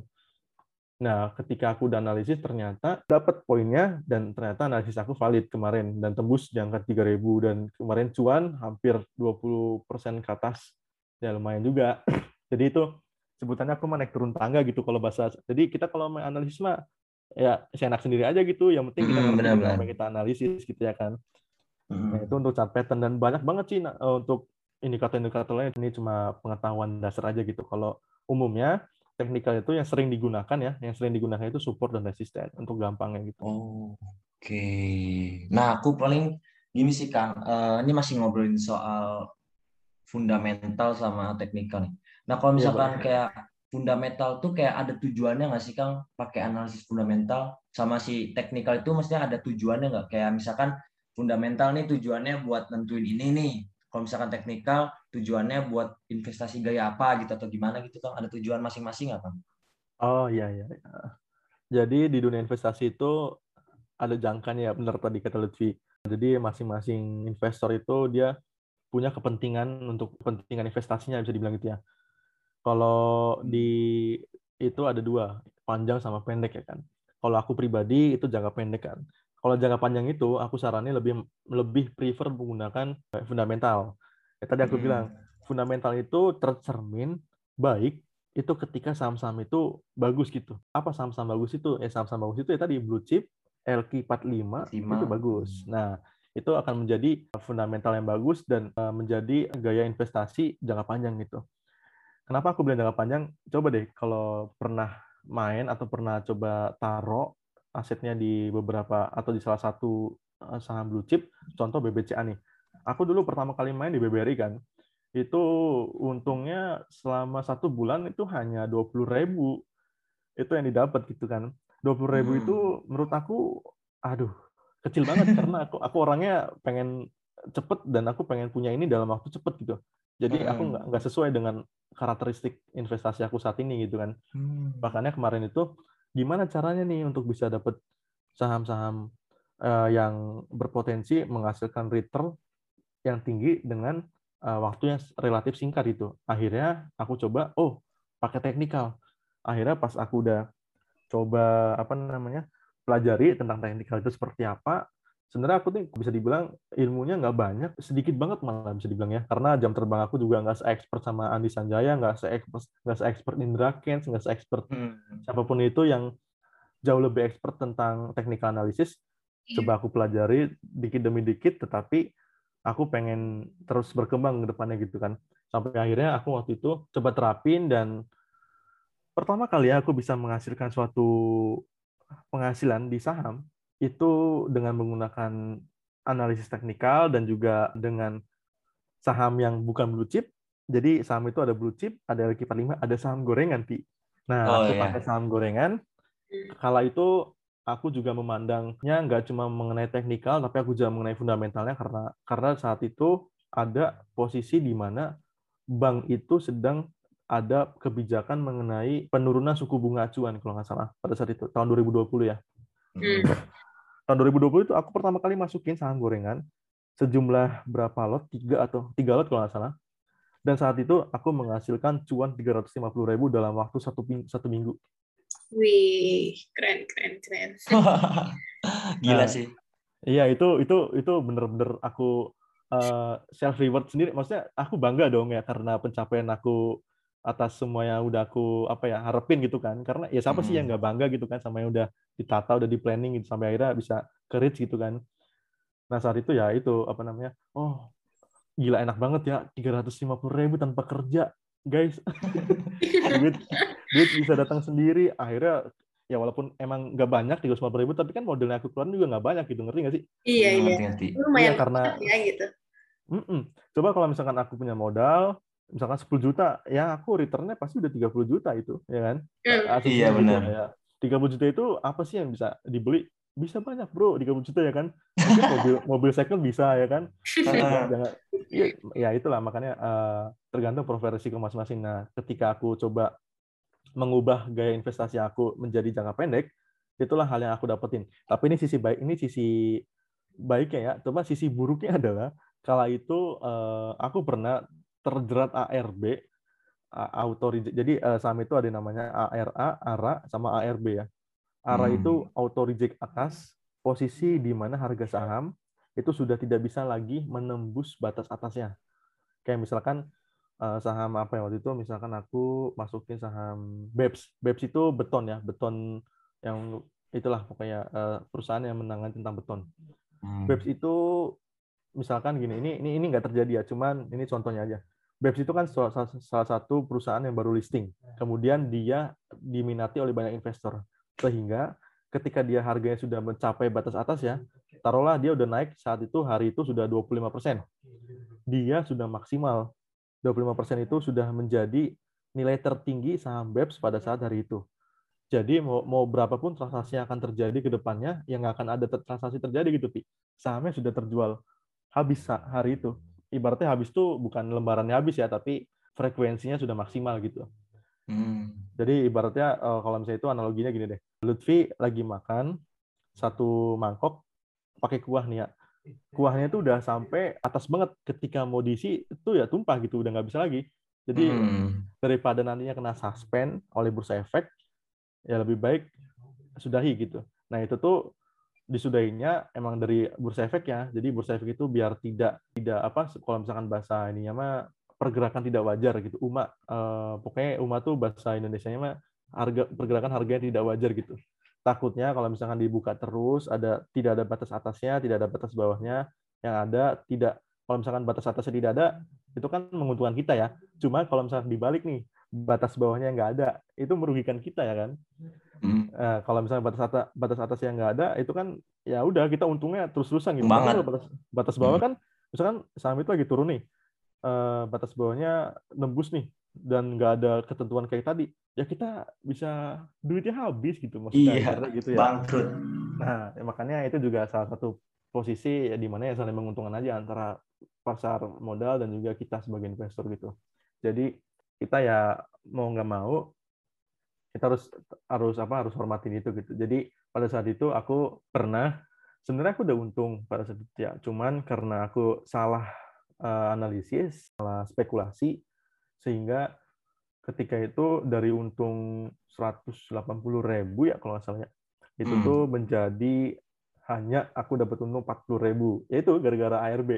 Nah, ketika aku udah analisis ternyata dapat poinnya dan ternyata analisis aku valid kemarin dan tembus di angka 3.000 dan kemarin cuan hampir 20% ke atas. Ya lumayan juga. Jadi itu sebutannya aku mah naik turun tangga gitu kalau bahasa. Jadi kita kalau main analisis mah ya seenak sendiri aja gitu. Yang penting kita ngerti dengan apa Benar-benar. yang kita analisis gitu ya kan. Nah, itu untuk chart pattern dan banyak banget sih untuk indikator-indikator lain. Ini cuma pengetahuan dasar aja gitu. Kalau umumnya teknikal itu yang sering digunakan ya, yang sering digunakan itu support dan resisten untuk gampangnya gitu. Oh, oke. Nah, aku paling gini sih Kang. Ini masih ngobrolin soal fundamental sama teknikal nih. Nah, kalau Iya misalkan boleh. kayak fundamental tuh kayak ada tujuannya nggak sih Kang pakai analisis fundamental sama si teknikal itu mestinya ada tujuannya nggak? Kayak misalkan fundamental nih tujuannya buat nentuin ini nih. Kalau misalkan teknikal tujuannya buat investasi gaya apa gitu atau gimana gitu Kang? Ada tujuan masing-masing nggak Kang? Oh iya iya. Jadi di dunia investasi itu ada jangkanya ya, benar tadi kata Lutfi. Jadi masing-masing investor itu dia punya kepentingan untuk kepentingan investasinya bisa dibilang gitu ya. Kalau di itu ada dua, panjang sama pendek ya kan. Kalau aku pribadi itu jangka pendek kan. Kalau jangka panjang itu aku sarannya lebih lebih prefer menggunakan fundamental. Ya, tadi aku bilang fundamental itu tercermin baik itu ketika saham-saham itu bagus gitu. Apa saham-saham bagus itu? Saham-saham bagus itu ya tadi blue chip, LQ45 itu 5. bagus. Nah, itu akan menjadi fundamental yang bagus dan menjadi gaya investasi jangka panjang gitu. Kenapa aku bilang jangka panjang? Coba deh kalau pernah main atau pernah coba taruh asetnya di beberapa atau di salah satu saham blue chip, contoh BBCA nih. Aku dulu pertama kali main di BBRI kan, itu untungnya selama 1 bulan itu hanya 20.000. Itu yang didapat gitu kan. 20.000 itu menurut aku, aduh, kecil banget karena aku orangnya pengen cepet dan aku pengen punya ini dalam waktu cepet gitu. Jadi aku nggak sesuai dengan karakteristik investasi aku saat ini gitu kan. Makanya kemarin itu gimana caranya nih untuk bisa dapat saham-saham yang berpotensi menghasilkan return yang tinggi dengan waktu yang relatif singkat itu. Akhirnya aku coba, pakai teknikal. Akhirnya pas aku udah coba pelajari tentang teknikal itu seperti apa. Sebenarnya aku tuh bisa dibilang ilmunya nggak banyak, sedikit banget malah bisa dibilang ya. Karena jam terbang aku juga nggak se-expert sama Andi Sanjaya, nggak se-expert Indra Kents, nggak se-expert siapapun itu yang jauh lebih expert tentang technical analysis. Coba aku pelajari dikit demi dikit, tetapi aku pengen terus berkembang ke depannya gitu kan. Sampai akhirnya aku waktu itu coba terapin dan pertama kali ya aku bisa menghasilkan suatu penghasilan di saham itu dengan menggunakan analisis teknikal dan juga dengan saham yang bukan blue chip. Jadi saham itu ada blue chip, ada LQ45, ada saham gorengan, Pi. Nah, Oh aku pakai ya. saham gorengan. Kala itu aku juga memandangnya nggak cuma mengenai teknikal, tapi aku juga mengenai fundamentalnya karena saat itu ada posisi di mana bank itu sedang ada kebijakan mengenai penurunan suku bunga acuan kalau nggak salah pada saat itu tahun 2020 ya. Tahun 2020 itu aku pertama kali masukin saham gorengan sejumlah berapa lot, 3 lot kalau nggak salah. Dan saat itu aku menghasilkan cuan 350.000 dalam waktu satu minggu. Wih, keren, keren, keren. Gila Nah, sih. iya itu bener-bener aku self reward sendiri. Maksudnya aku bangga dong ya karena pencapaian aku atas semua yang udah aku harapin gitu kan. Karena ya siapa sih yang nggak bangga gitu kan sama yang udah ditata, udah di planning gitu sampai akhirnya bisa ke reach gitu kan. Nah saat itu ya itu oh gila enak banget ya 350.000 tanpa kerja guys. duit duit bisa datang sendiri. Akhirnya ya walaupun emang nggak banyak 350.000 tapi kan modalnya aku keluarin juga nggak banyak gitu, ngerti nggak sih? Iya, iya. Ngerti. Iya Lumayan karena banget ya gitu. Coba kalau misalkan aku punya modal misalkan 10 juta, ya aku returnnya pasti udah 30 juta itu, ya kan? Iya Asumsinya gitu benar. ya. 30 juta itu apa sih yang bisa dibeli? Bisa banyak, Bro, 30 juta ya kan? Mungkin mobil second bisa ya kan? Jangan ya itulah makanya tergantung profil risiko masing-masing. Nah, ketika aku coba mengubah gaya investasi aku menjadi jangka pendek, itulah hal yang aku dapetin. Tapi ini sisi baiknya ya. Coba sisi buruknya adalah kala itu aku pernah terjerat ARB, auto reject. Jadi saham itu ada yang namanya ARA, ARA sama ARB ya. ARA itu auto reject atas posisi di mana harga saham itu sudah tidak bisa lagi menembus batas atasnya. Kayak misalkan saham apa ya waktu itu, misalkan aku masukin saham BEPS. BEPS itu beton ya, beton yang itulah pokoknya perusahaan yang menangani tentang beton. BEPS itu misalkan gini, ini nggak terjadi ya, cuman ini contohnya aja. BEPS itu kan salah satu perusahaan yang baru listing. Kemudian dia diminati oleh banyak investor. Sehingga ketika dia harganya sudah mencapai batas atas ya, taruhlah dia udah naik saat itu hari itu sudah 25%. Dia sudah maksimal 25% itu sudah menjadi nilai tertinggi saham BEPS pada saat hari itu. Jadi mau berapapun transaksi yang akan terjadi ke depannya, yang nggak akan ada transaksi terjadi gitu, Pi. Sahamnya sudah terjual habis hari itu. Ibaratnya habis tuh bukan lembarannya habis ya, tapi frekuensinya sudah maksimal gitu. Jadi ibaratnya kalau misalnya itu analoginya gini deh. Lutfi lagi makan satu mangkok pakai kuah nih ya. Kuahnya itu udah sampai atas banget, ketika mau diisi itu ya tumpah gitu, udah nggak bisa lagi. Jadi daripada nantinya kena suspend oleh bursa efek, ya lebih baik sudahi gitu. Nah itu tuh disudahinya emang dari bursa efek ya. Jadi bursa efek itu biar tidak kalau misalkan bahasa ininya mah pergerakan tidak wajar gitu. Pokoknya tuh bahasa Indonesianya mah pergerakan harganya tidak wajar gitu. Takutnya kalau misalkan dibuka terus tidak ada batas atasnya, tidak ada batas bawahnya, yang ada kalau misalkan batas atasnya tidak ada, itu kan menguntungkan kita ya. Cuma kalau misalkan dibalik nih, batas bawahnya nggak ada, itu merugikan kita ya kan. Kalau misalnya batas atasnya nggak ada, itu kan ya udah kita untungnya terus-terusan gitu. Tapi kalau batas bawah kan, misalkan saham itu lagi turun nih, batas bawahnya nembus nih dan nggak ada ketentuan kayak tadi, ya kita bisa duitnya habis gitu, maksudnya gitu ya. Bangkrut. Nah, makanya itu juga salah satu posisi ya, di mana yang saling menguntungkan aja antara pasar modal dan juga kita sebagai investor gitu. Jadi kita ya mau nggak mau kita harus hormatin itu gitu. Jadi pada saat itu aku sebenarnya aku udah untung pada saat itu ya, cuman karena aku salah analisis, salah spekulasi, sehingga ketika itu dari untung 180.000 ya kalau nggak salah ya, itu tuh menjadi hanya aku dapat untung 40.000, yaitu gara-gara ARB.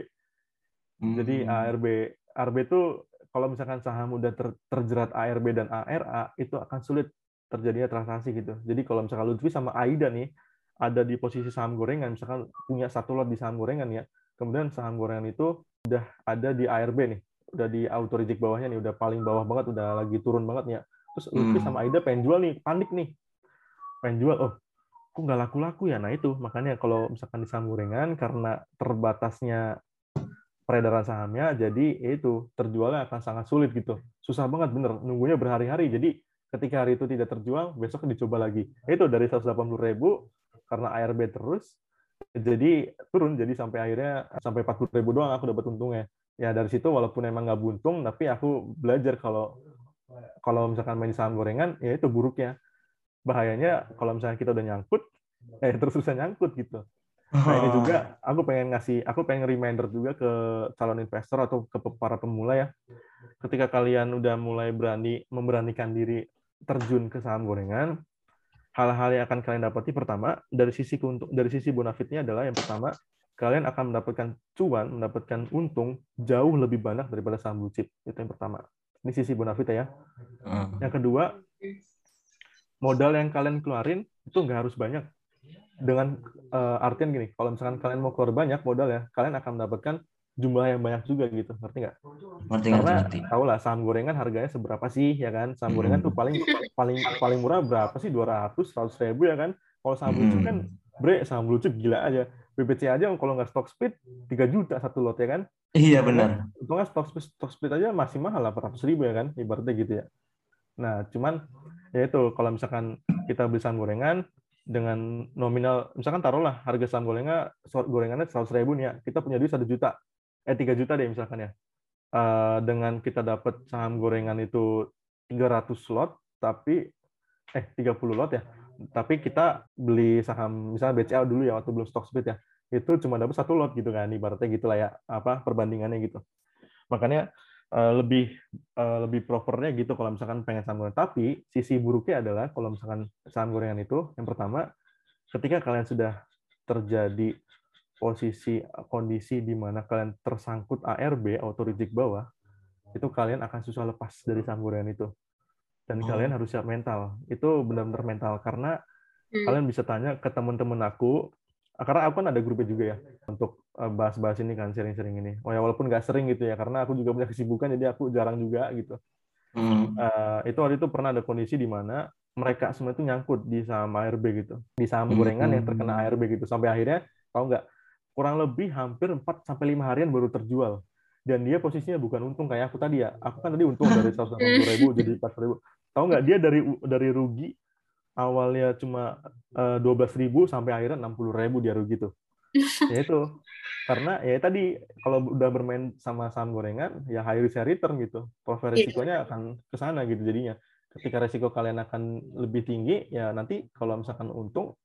Jadi ARB itu kalau misalkan saham udah terjerat ARB dan ARA, itu akan sulit terjadinya transaksi gitu. Jadi kalau misalkan Lutfi sama Aida nih ada di posisi saham gorengan, misalkan punya satu lot di saham gorengan ya, kemudian saham gorengan itu udah ada di ARB nih, udah di auto reject bawahnya nih, udah paling bawah banget, udah lagi turun banget nih ya. Terus Lutfi sama Aida pengen jual nih, panik nih, pengen jual, kok nggak laku-laku ya. Nah itu makanya kalau misalkan di saham gorengan, karena terbatasnya peredaran sahamnya, jadi itu terjualnya akan sangat sulit gitu, susah banget bener, nunggunya berhari-hari. Jadi ketika hari itu tidak terjual, besok dicoba lagi. Itu dari 180.000 karena ARB terus, jadi turun, jadi sampai 40.000 doang aku dapat untungnya. Ya dari situ walaupun emang nggak buntung, tapi aku belajar kalau misalkan main di saham gorengan, ya itu buruknya. Bahayanya kalau misalnya kita udah nyangkut, terus-terusan nyangkut gitu. Nah ini juga aku pengen reminder juga ke calon investor atau ke para pemula ya. Ketika kalian udah mulai memberanikan diri terjun ke saham gorengan, hal-hal yang akan kalian dapati pertama dari sisi bonafitnya adalah yang pertama, kalian akan mendapatkan untung jauh lebih banyak daripada saham blue chip. Itu yang pertama. Ini sisi bonafide ya. Yang kedua, modal yang kalian keluarin itu nggak harus banyak. Dengan artian gini, kalau misalkan kalian mau keluar banyak modal ya, kalian akan mendapatkan jumlah yang banyak juga gitu, ngerti nggak? Karena tau lah saham gorengan harganya seberapa sih ya kan? Saham gorengan tuh paling murah berapa sih? 200-100 ribu ya kan? Kalau saham blue chip kan, saham blue chip gila aja. BBC aja kalau nggak stock split 3 juta satu lot ya kan? Iya benar. Untungnya stock split aja masih mahal 800 ribu ya kan? Ibaratnya gitu ya. Nah, cuman ya itu kalau misalkan kita beli saham gorengan dengan nominal, misalkan taruhlah harga saham gorengannya 100 ribu nih ya, kita punya duit 1 juta, 3 juta deh misalkan ya. Dengan kita dapat saham gorengan itu 300 lot, tapi 30 lot ya, tapi kita beli saham misalnya BCA dulu ya waktu belum stock split ya, itu cuma dapat 1 lot gitu kan, ibaratnya gitulah ya, perbandingannya gitu. Makanya lebih propernya gitu kalau misalkan pengen saham gorengan. Tapi sisi buruknya adalah kalau misalkan saham gorengan itu, yang pertama, ketika kalian sudah terjadi kondisi di mana kalian tersangkut ARB, auto reject bawah, itu kalian akan susah lepas dari saham gorengan itu. Dan kalian harus siap mental. Itu benar-benar mental. Karena kalian bisa tanya ke teman-teman aku, karena aku kan ada grupnya juga ya, untuk bahas-bahas ini kan, sharing-sharing ini. Oh ya, walaupun nggak sering gitu ya, karena aku juga punya kesibukan, jadi aku jarang juga gitu. Itu waktu itu pernah ada kondisi di mana mereka semua itu nyangkut di saham ARB gitu, di saham gorengan yang terkena ARB gitu, sampai akhirnya tahu nggak, kurang lebih hampir 4-5 harian baru terjual, dan dia posisinya bukan untung kayak aku tadi ya, aku kan tadi untung dari 180.000 jadi 4.000, tahu nggak, dia dari rugi awalnya cuma 12.000 sampai akhirnya 60.000 dia rugi tuh. Ya itu karena ya tadi kalau udah bermain sama saham gorengan ya high risk high return gitu, profil risikonya akan ke sana gitu. Jadinya ketika risiko kalian akan lebih tinggi ya, nanti kalau misalkan untung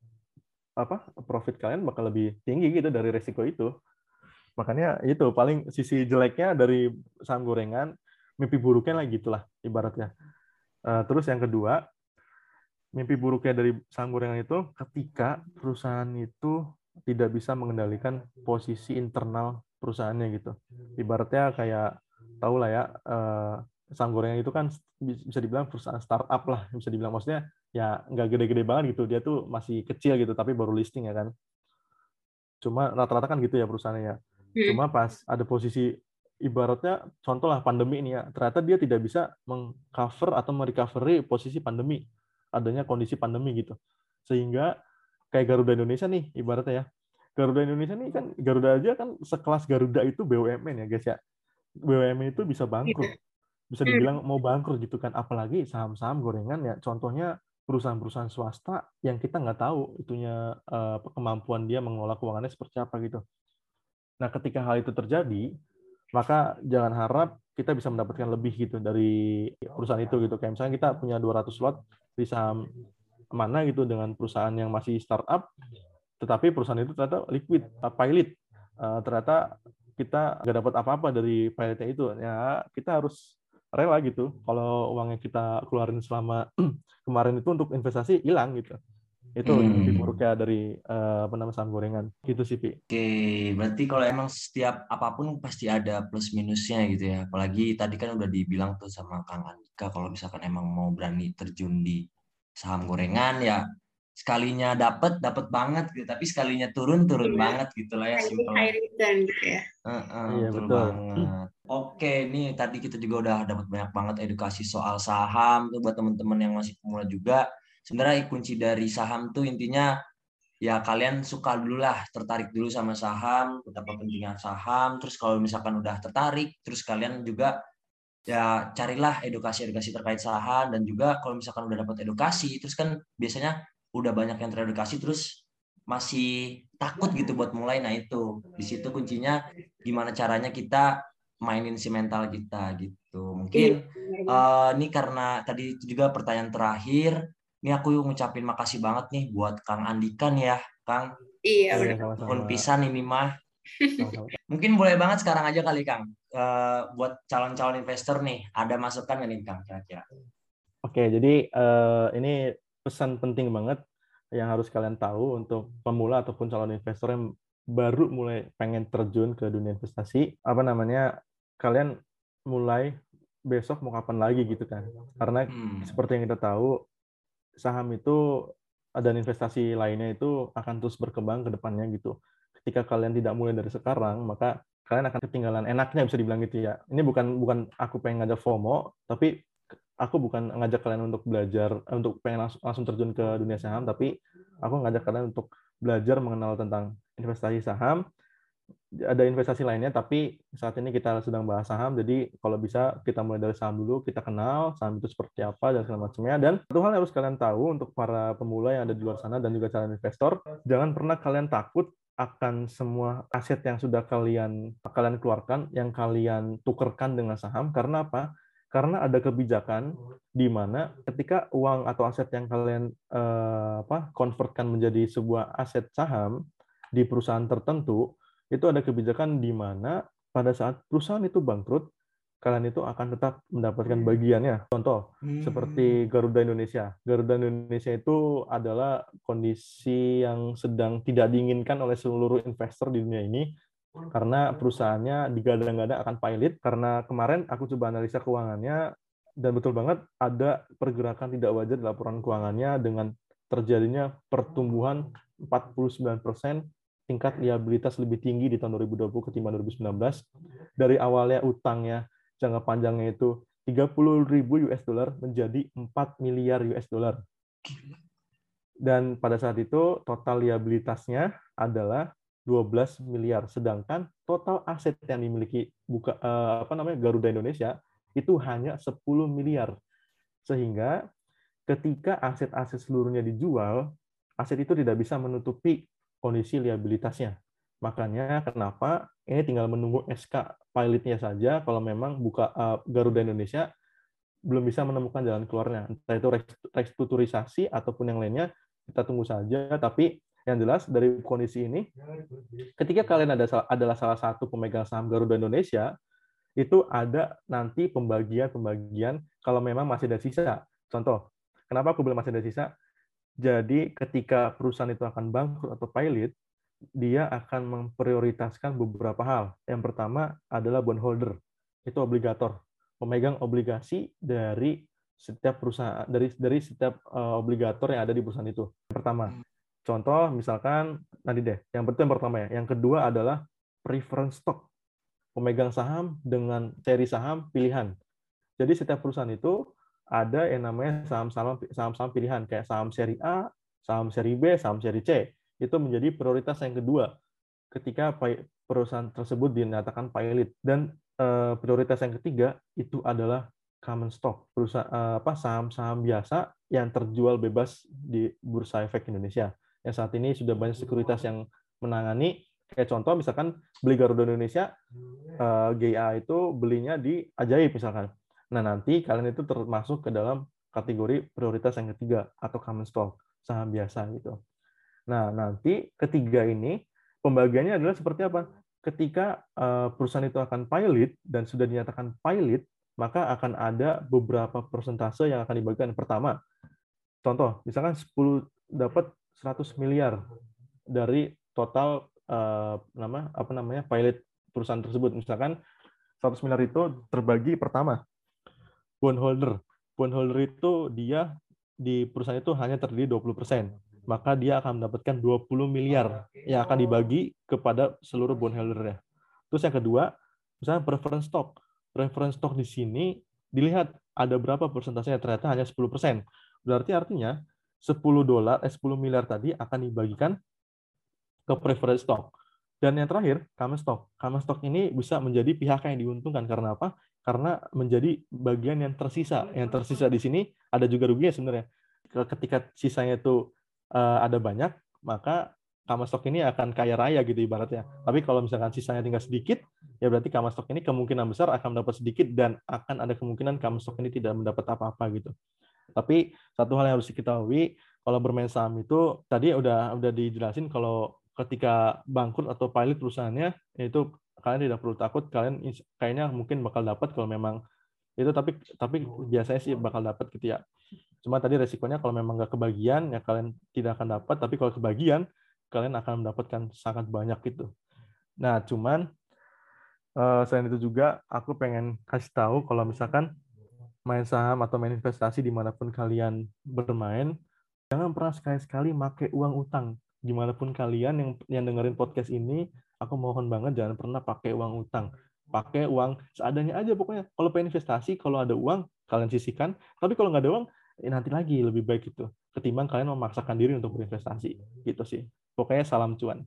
profit kalian bakal lebih tinggi gitu dari risiko itu. Makanya itu paling sisi jeleknya dari saham gorengan, mimpi buruknya lah gitulah ibaratnya. Terus yang kedua, mimpi buruknya dari saham gorengan itu ketika perusahaan itu tidak bisa mengendalikan posisi internal perusahaannya gitu. Ibaratnya kayak tahu lah ya, saham gorengan itu kan bisa dibilang perusahaan startup lah, bisa dibilang, maksudnya ya nggak gede-gede banget gitu, dia tuh masih kecil gitu, tapi baru listing ya kan. Cuma rata-rata kan gitu ya perusahaannya. Cuma pas ada posisi, ibaratnya contoh lah pandemi ini ya, ternyata dia tidak bisa mengcover atau merecovery posisi pandemi, adanya kondisi pandemi gitu. Sehingga kayak Garuda Indonesia nih ibaratnya ya. Garuda Indonesia nih kan, Garuda aja kan sekelas Garuda itu BUMN ya guys ya. BUMN itu bisa bangkrut. Bisa dibilang mau bangkrut gitu kan, apalagi saham-saham gorengan ya, contohnya perusahaan-perusahaan swasta yang kita nggak tahu itunya kemampuan dia mengelola keuangannya seperti apa gitu. Nah, ketika hal itu terjadi, maka jangan harap kita bisa mendapatkan lebih gitu dari perusahaan itu gitu. Kayak misalnya kita punya 200 lot di saham mana gitu dengan perusahaan yang masih startup, tetapi perusahaan itu ternyata pilot. Ternyata kita nggak dapat apa-apa dari pilotnya itu. Ya, kita harus rela gitu. Kalau uang yang kita keluarin selama kemarin itu untuk investasi hilang gitu. Itu mimpi buruknya dari saham gorengan gitu sih, Pi. Oke, berarti kalau emang setiap apapun pasti ada plus minusnya gitu ya. Apalagi tadi kan udah dibilang tuh sama Kang Andika, kalau misalkan emang mau berani terjun di saham gorengan ya, sekalinya dapat banget gitu, tapi sekalinya turun banget gitu lah ya, simpel. High return gitu ya. Iya, Betul betul banget. Oke, nih tadi kita juga udah dapat banyak banget edukasi soal saham tuh buat teman-teman yang masih pemula juga. Sebenarnya kunci dari saham tuh intinya ya kalian suka dulu lah, tertarik dulu sama saham, betapa pentingnya saham. Terus kalau misalkan udah tertarik, terus kalian juga ya carilah edukasi-edukasi terkait saham. Dan juga kalau misalkan udah dapat edukasi, terus kan biasanya udah banyak yang teredukasi, terus masih takut gitu buat mulai. Nah itu, di situ kuncinya gimana caranya kita mainin si mental kita gitu. Mungkin ini karena tadi itu juga pertanyaan terakhir. Ini aku ngucapin makasih banget nih buat Kang Andika nih ya, Kang. Iya, benar. Pun pisan ini mah. Sama-sama. Mungkin boleh banget sekarang aja kali, Kang. Buat calon-calon investor nih, ada masukan nggak nih, Kang, kira-kira? Oke, jadi ini pesan penting banget yang harus kalian tahu untuk pemula ataupun calon investor yang baru mulai pengen terjun ke dunia investasi, kalian mulai besok mau kapan lagi gitu kan? Karena seperti yang kita tahu, saham itu dan investasi lainnya itu akan terus berkembang ke depannya gitu. Ketika kalian tidak mulai dari sekarang, maka kalian akan ketinggalan. Enaknya bisa dibilang gitu ya. Ini bukan aku pengen ngajak FOMO, tapi aku bukan ngajak kalian untuk belajar, untuk pengen langsung terjun ke dunia saham, tapi aku ngajak kalian untuk belajar mengenal tentang investasi saham. Ada investasi lainnya, tapi saat ini kita sedang bahas saham, jadi kalau bisa kita mulai dari saham dulu, kita kenal saham itu seperti apa dan segala macamnya. Dan satu hal yang harus kalian tahu untuk para pemula yang ada di luar sana dan juga calon investor, jangan pernah kalian takut akan semua aset yang sudah kalian keluarkan, yang kalian tukarkan dengan saham. Karena apa? Karena ada kebijakan di mana ketika uang atau aset yang kalian konvertkan menjadi sebuah aset saham di perusahaan tertentu, itu ada kebijakan di mana pada saat perusahaan itu bangkrut, kalian itu akan tetap mendapatkan bagiannya. Contoh, seperti Garuda Indonesia. Garuda Indonesia itu adalah kondisi yang sedang tidak diinginkan oleh seluruh investor di dunia ini, karena perusahaannya digadang-gadang akan pilot, karena kemarin aku coba analisa keuangannya, dan betul banget ada pergerakan tidak wajar di laporan keuangannya dengan terjadinya pertumbuhan 49%, tingkat liabilitas lebih tinggi di tahun 2020 ketimbang 2019. Dari awalnya utangnya jangka panjangnya itu 30.000 US dollar menjadi 4 miliar US dollar. Dan pada saat itu total liabilitasnya adalah 12 miliar, sedangkan total aset yang dimiliki Garuda Indonesia itu hanya 10 miliar. Sehingga ketika aset-aset seluruhnya dijual, aset itu tidak bisa menutupi kondisi liabilitasnya. Makanya kenapa ini tinggal menunggu SK pilotnya saja kalau memang Garuda Indonesia belum bisa menemukan jalan keluarnya. Entah itu restrukturisasi ataupun yang lainnya, kita tunggu saja. Tapi yang jelas dari kondisi ini, ketika kalian adalah salah satu pemegang saham Garuda Indonesia, itu ada nanti pembagian kalau memang masih ada sisa. Contoh, kenapa aku bilang masih ada sisa? Jadi ketika perusahaan itu akan bangkrut atau pilot, dia akan memprioritaskan beberapa hal. Yang pertama adalah bondholder, itu obligator, pemegang obligasi dari setiap perusahaan, dari setiap obligator yang ada di perusahaan itu. Yang pertama, contoh misalkan yang pertama ya. Yang kedua adalah preference stock, pemegang saham dengan seri saham pilihan. Jadi setiap perusahaan itu ada yang namanya saham-saham pilihan, kayak saham seri A, saham seri B, saham seri C. Itu menjadi prioritas yang kedua ketika perusahaan tersebut dinyatakan pilot. Dan prioritas yang ketiga itu adalah common stock, saham-saham biasa yang terjual bebas di Bursa Efek Indonesia. Yang saat ini sudah banyak sekuritas yang menangani. Kayak contoh misalkan beli Garuda Indonesia, GA itu belinya di Ajaib misalkan. Nah, nanti kalian itu termasuk ke dalam kategori prioritas yang ketiga atau common stock, saham biasa gitu. Nah, nanti ketiga ini pembagiannya adalah seperti apa? Ketika perusahaan itu akan pilot dan sudah dinyatakan pilot, maka akan ada beberapa persentase yang akan dibagikan. Pertama, contoh, misalkan 10 dapat 100 miliar dari total pilot perusahaan tersebut. Misalkan 100 miliar itu terbagi pertama bondholder. Bondholder itu dia di perusahaan itu hanya terdiri 20%. Maka dia akan mendapatkan 20 miliar yang akan dibagi kepada seluruh bondholder-nya. Terus yang kedua, misalnya preference stock. Preference stock di sini dilihat ada berapa persentasenya, ternyata hanya 10%. Berarti artinya 10 miliar tadi akan dibagikan ke preference stock. Dan yang terakhir, common stock. Common stock ini bisa menjadi pihak yang diuntungkan. Karena apa? Karena menjadi bagian yang tersisa. Yang tersisa di sini ada juga ruginya sebenarnya. Ketika sisanya itu ada banyak, maka common stock ini akan kaya raya gitu ibaratnya. Tapi kalau misalkan sisanya tinggal sedikit, ya berarti common stock ini kemungkinan besar akan mendapat sedikit dan akan ada kemungkinan common stock ini tidak mendapat apa-apa gitu. Tapi satu hal yang harus diketahui, kalau bermain saham itu tadi udah dijelasin kalau ketika bangkrut atau pilot perusahaannya, itu kalian tidak perlu takut, kalian kayaknya mungkin bakal dapat kalau memang itu, tapi biasanya sih bakal dapat gitu ya. Cuma tadi resikonya kalau memang nggak kebagian, ya kalian tidak akan dapat, tapi kalau kebagian, kalian akan mendapatkan sangat banyak gitu. Nah, cuman selain itu juga aku pengen kasih tahu kalau misalkan main saham atau main investasi dimanapun kalian bermain, jangan pernah sekali-sekali pakai uang utang. Dimanapun kalian yang dengerin podcast ini, aku mohon banget jangan pernah pakai uang utang. Pakai uang seadanya aja pokoknya. Kalau pengen investasi, kalau ada uang, kalian sisihkan. Tapi kalau nggak ada uang, nanti lagi lebih baik itu. Ketimbang kalian memaksakan diri untuk berinvestasi. Gitu sih. Pokoknya salam cuan.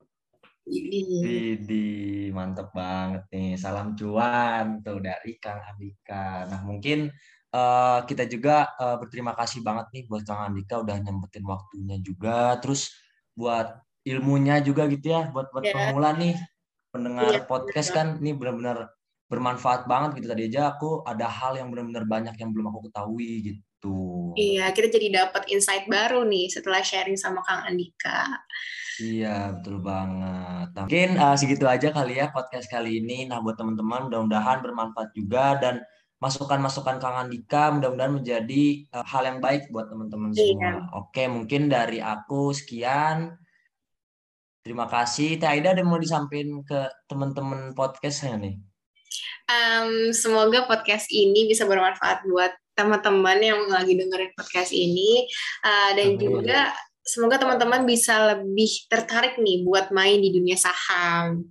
Widih, mantep banget nih. Salam cuan tuh dari Kang Andika. Nah, mungkin kita juga berterima kasih banget nih buat Kang Andika udah nyempetin waktunya juga. Terus buat ilmunya juga gitu ya, buat pemula nih, pendengar podcast kan, ini benar-benar bermanfaat banget gitu. Tadi aja aku ada hal yang benar-benar banyak yang belum aku ketahui gitu. Iya, kita jadi dapat insight baru nih setelah sharing sama Kang Andika. Iya, betul banget. Nah, mungkin segitu aja kali ya podcast kali ini. Nah, buat teman-teman mudah-mudahan bermanfaat juga dan masukan-masukan Kang Andika mudah-mudahan menjadi hal yang baik buat teman-teman semua. Oke, mungkin dari aku sekian. Terima kasih. Teh Aida ada mau disampaikan ke teman-teman podcastnya nih? Semoga podcast ini bisa bermanfaat buat teman-teman yang lagi dengerin podcast ini. Dan juga semoga teman-teman bisa lebih tertarik nih buat main di dunia saham.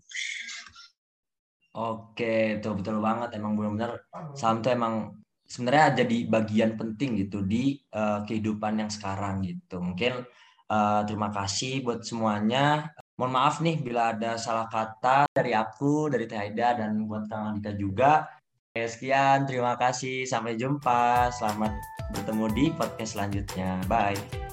Oke, itu betul banget. Emang benar-benar saham itu emang sebenarnya jadi bagian penting gitu di kehidupan yang sekarang gitu. Mungkin terima kasih buat semuanya. Mohon maaf nih bila ada salah kata dari aku, dari Teh Aida, dan buat Kang Andika juga. Oke, sekian, terima kasih. Sampai jumpa. Selamat bertemu di podcast selanjutnya. Bye.